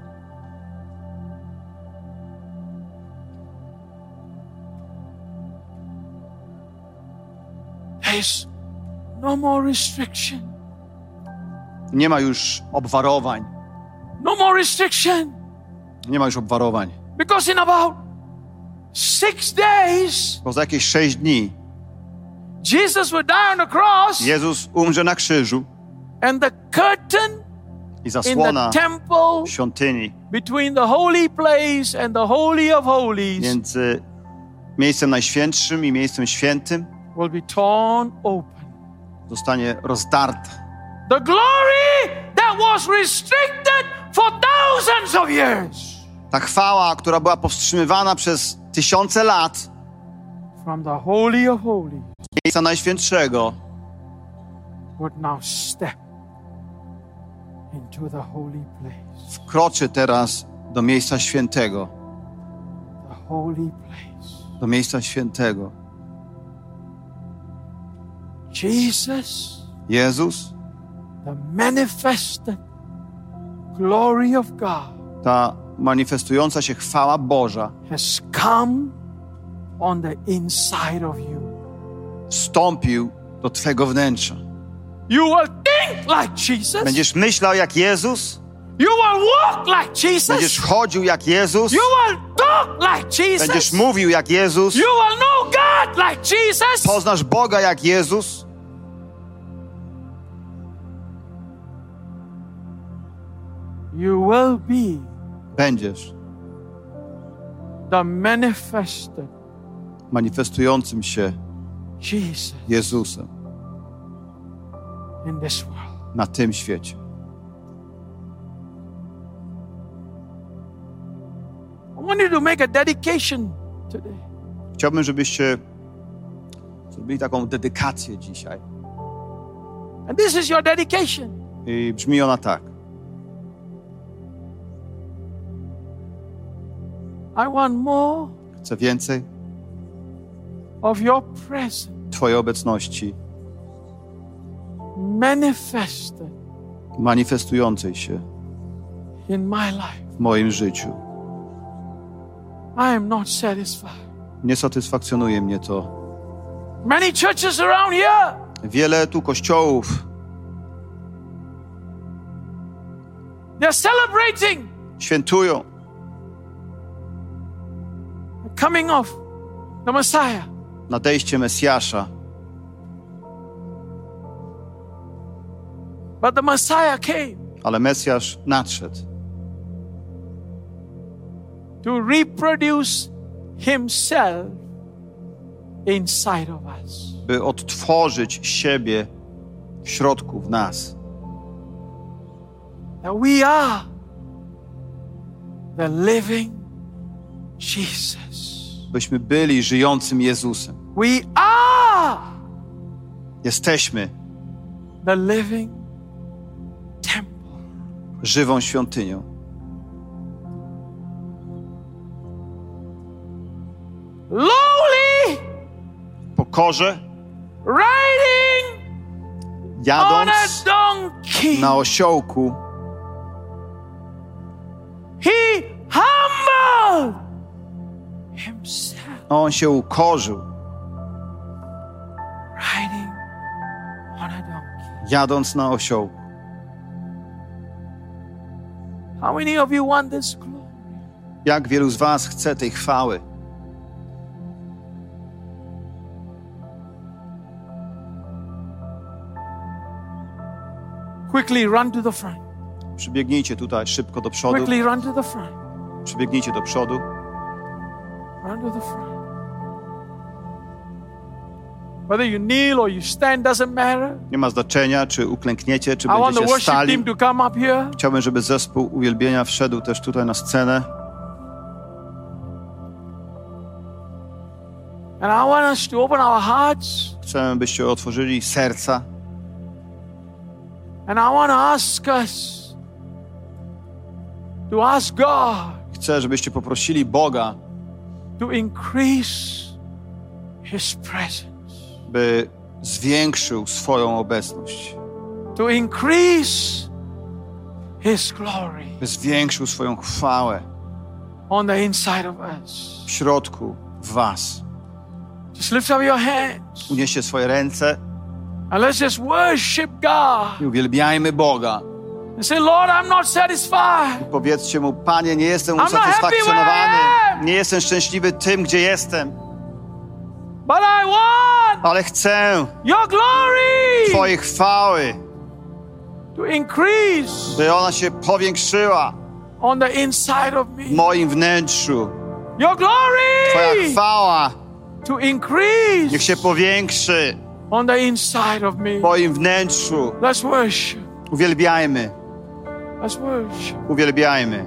There is no more restriction. Nie ma już obwarowań. No more restriction. Nie ma już obwarowań. Because in about six days, Bo za jakieś sześć dni Jesus will die on the cross. Jezus umrze na krzyżu. And the curtain I in zasłona the temple świątyni between the holy place and the holy of holies między miejscem najświętszym i miejscem świętym will be torn open. zostanie rozdarta. The glory that was restricted for thousands of years. Ta chwała, która była powstrzymywana przez tysiące lat From the holy of holies z miejsca najświętszego would now step into the holy place. wkroczy teraz do miejsca świętego. The holy place. Do miejsca świętego. Jesus, Jezus, the manifested glory of God, ta manifestująca się chwała Boża has come on the inside of you. wstąpił do twego wnętrza. You will think like Jesus. Będziesz myślał jak Jezus, You will walk like Jesus. będziesz chodził jak Jezus, You will talk like Jesus. będziesz mówił jak Jezus, You will know God like Jesus. poznasz Boga jak Jezus. You will be Będziesz the manifested manifestującym się Jesus Jezusem in this world. na tym świecie. I want you to make a dedication today. Chciałbym, żebyście zrobili taką dedykację dzisiaj. And this is your dedication. I brzmi ona tak. I want more Chcę więcej of your presence Twojej obecności manifested manifestującej się in my life. w moim życiu. I am not satisfied. Nie satysfakcjonuje mnie to. Many churches around here, Wiele tu kościołów they're celebrating świętują the coming of the Messiah. nadejście Mesjasza, But the Messiah came ale Mesjasz nadszedł, to reproduce himself inside of us. by odtworzyć siebie w środku w nas. That we are the living Jesus. byśmy byli żyjącym Jezusem. We are Jesteśmy the living temple. żywą świątynią. Lowly, W pokorze, riding on a jadąc donkey. na osiołku, He humbled himself, on się ukorzył, riding on a donkey. jadąc na osiołku. How many of you want this glory? Jak wielu z was chce tej chwały? Quickly run to the front. Przybiegnijcie tutaj szybko do przodu. Quickly run to the front. Przybiegnijcie do przodu. Run to the front. Whether you kneel or you stand doesn't matter. Nie ma znaczenia, czy uklękniecie, czy I want the będziecie worship stali. team to come up here. Chciałbym, żeby zespół uwielbienia wszedł też tutaj na scenę. And I want us to open our hearts. Chcemy, byście otworzyli serca. And I want to ask us to ask God Chcę, żebyście poprosili Boga, to increase His presence, by zwiększył swoją obecność, to increase His glory by zwiększył swoją chwałę on the inside of us. w środku w was. Just lift up your hands Unieście swoje ręce and let's just worship God i uwielbiajmy Boga. and say, Lord, I'm not satisfied. Powiedzcie Mu, Panie, nie jestem I'm not happy usatysfakcjonowany, where I am. nie jestem szczęśliwy tym, gdzie jestem, But I want ale chcę your glory Twojej chwały, to increase by ona się powiększyła on the inside of w me. moim wnętrzu. Your Twoja glory chwała to increase niech się powiększy on the inside of me. w moim wnętrzu. Let's worship. Uwielbiajmy, Let's worship. uwielbiajmy.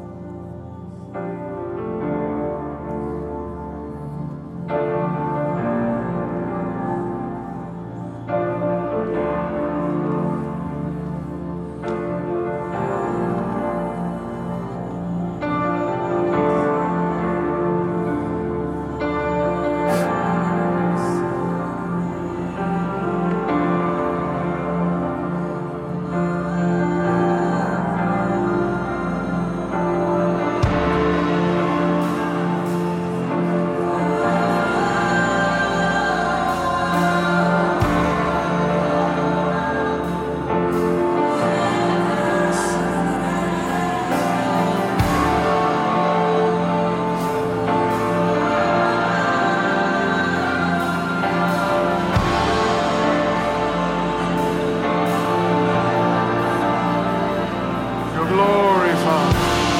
Your glory, Father.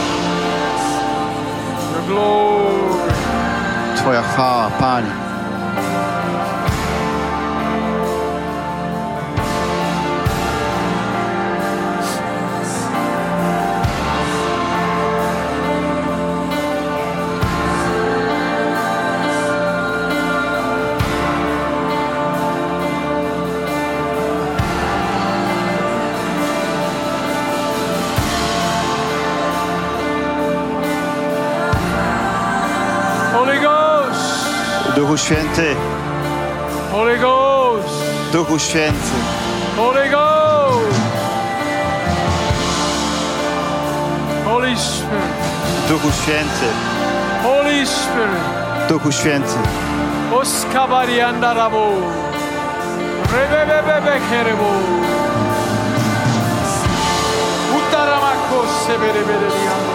Your glory. Twoja chwała, Panie. Holy Ghost. Duchu Święty, Holy Ghost. Duchu Święty, Holy Ghost. Holy Spirit. Duchu Święty, Holy Spirit. Duchu Święty. Oskabariandarabo. Rebebebebe kerebo. Utaramakos sebereberiando.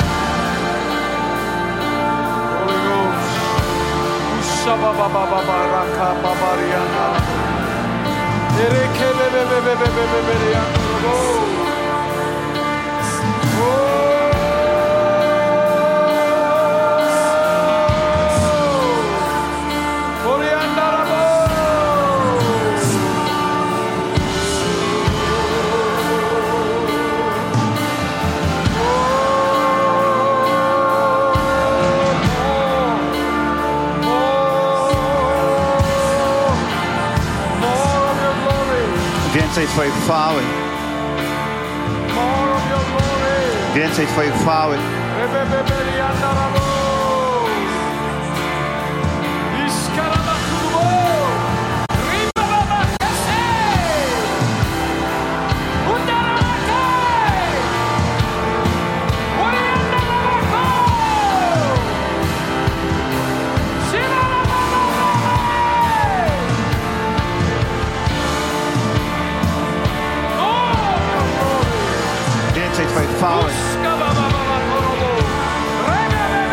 Holy Ghost. Ushabababababa babarianda. Erekebebebebebeberiando. Więcej Twojej chwały. More of your glory. Więcej Twojej chwały. Więcej Twojej chwały.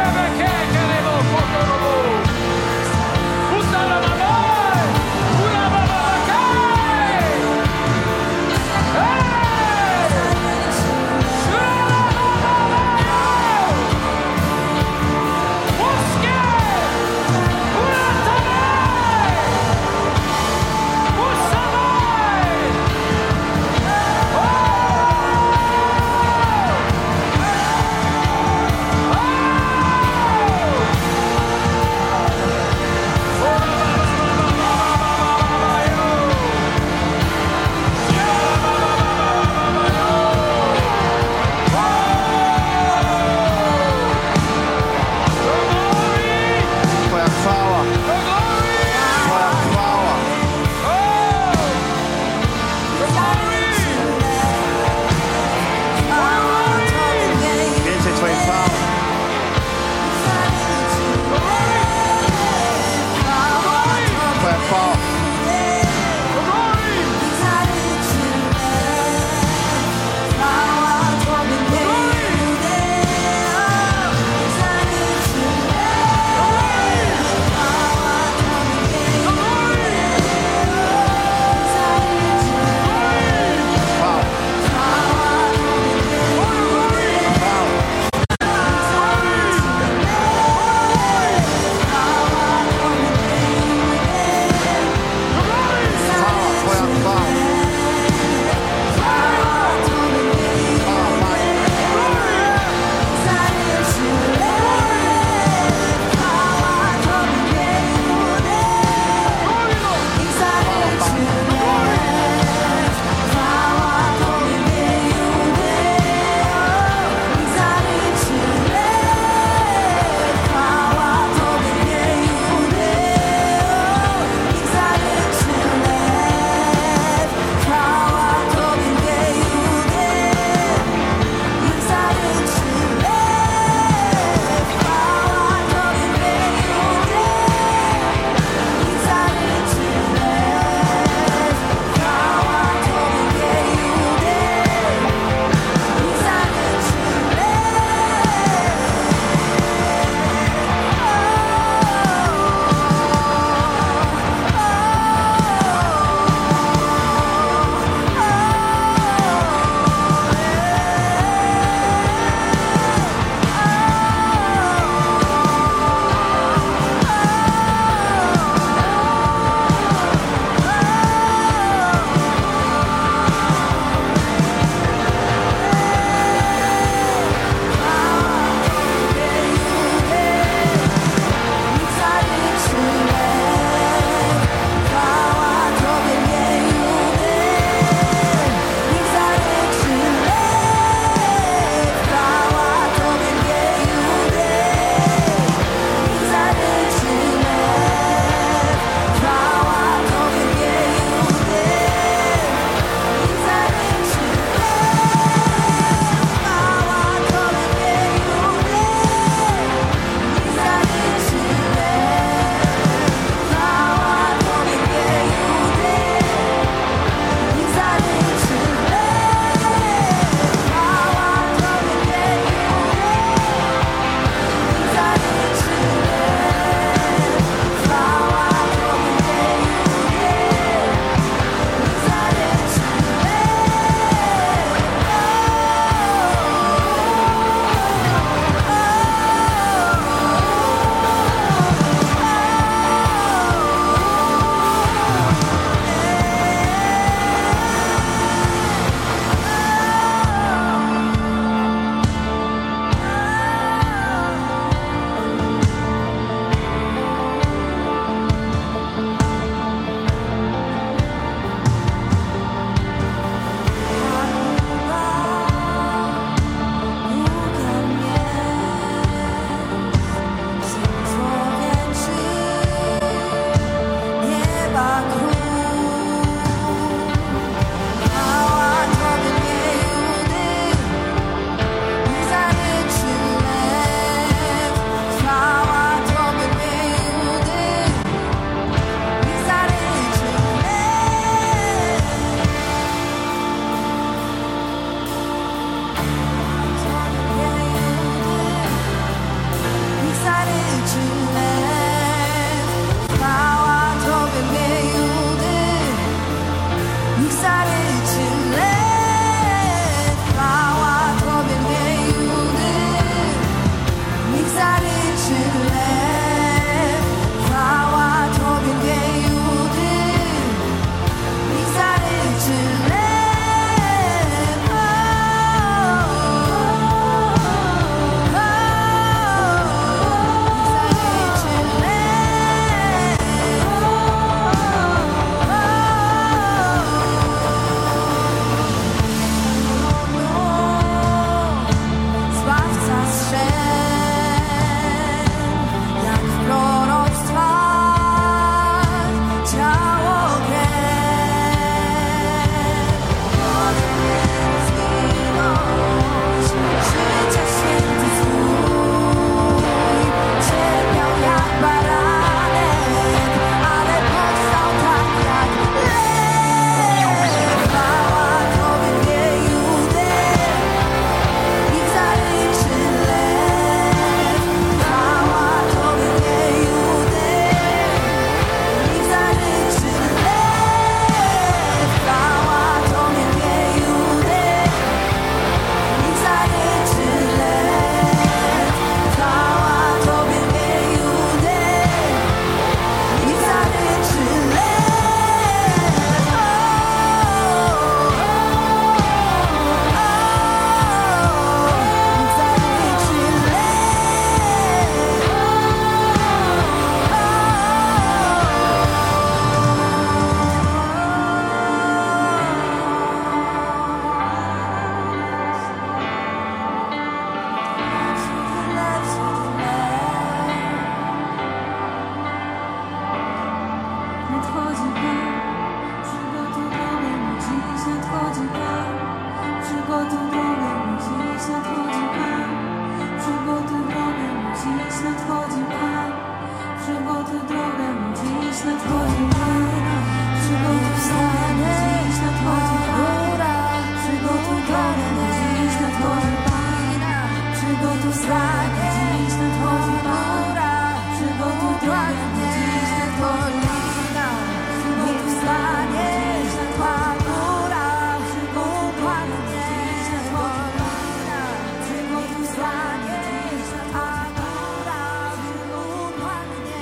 nadchodzi Pan. Przygotuj drogę mu, dziś nadchodzi Pan. Przygotuj drogę mu, dziś nadchodzi Pan. Przygotuj drogę mu, dziś nadchodzi Pan. Przygotuj drogę mu, dziś nadchodzi Pan. Przygotuj stanie, dziś nadchodzi Pan. Przygotuj drogę mu, dziś nadchodzi Pan. Przygotuj stanie, dziś nadchodzi Pan. Przygotuj drogę mu, dziś nadchodzi Pan. Przygotuj stanie, dziś nadchodzi Pan. Przygotuj Pan, dziś nadchodzi Pan. Przygotuj stanie, dziś nadchodzi Pan. Przygotuj Pan,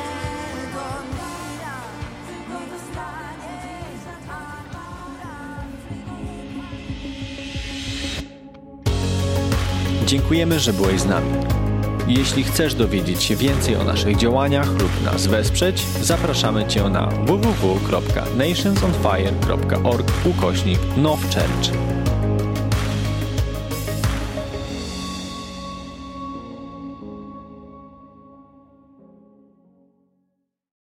przygotuj stanie, dziś nadchodzi Pan. Dziękujemy, że byłeś z nami. Jeśli chcesz dowiedzieć się więcej o naszych działaniach lub nas wesprzeć, zapraszamy Cię na w w w kropka nationsonfire kropka org ukośnik nowchurch.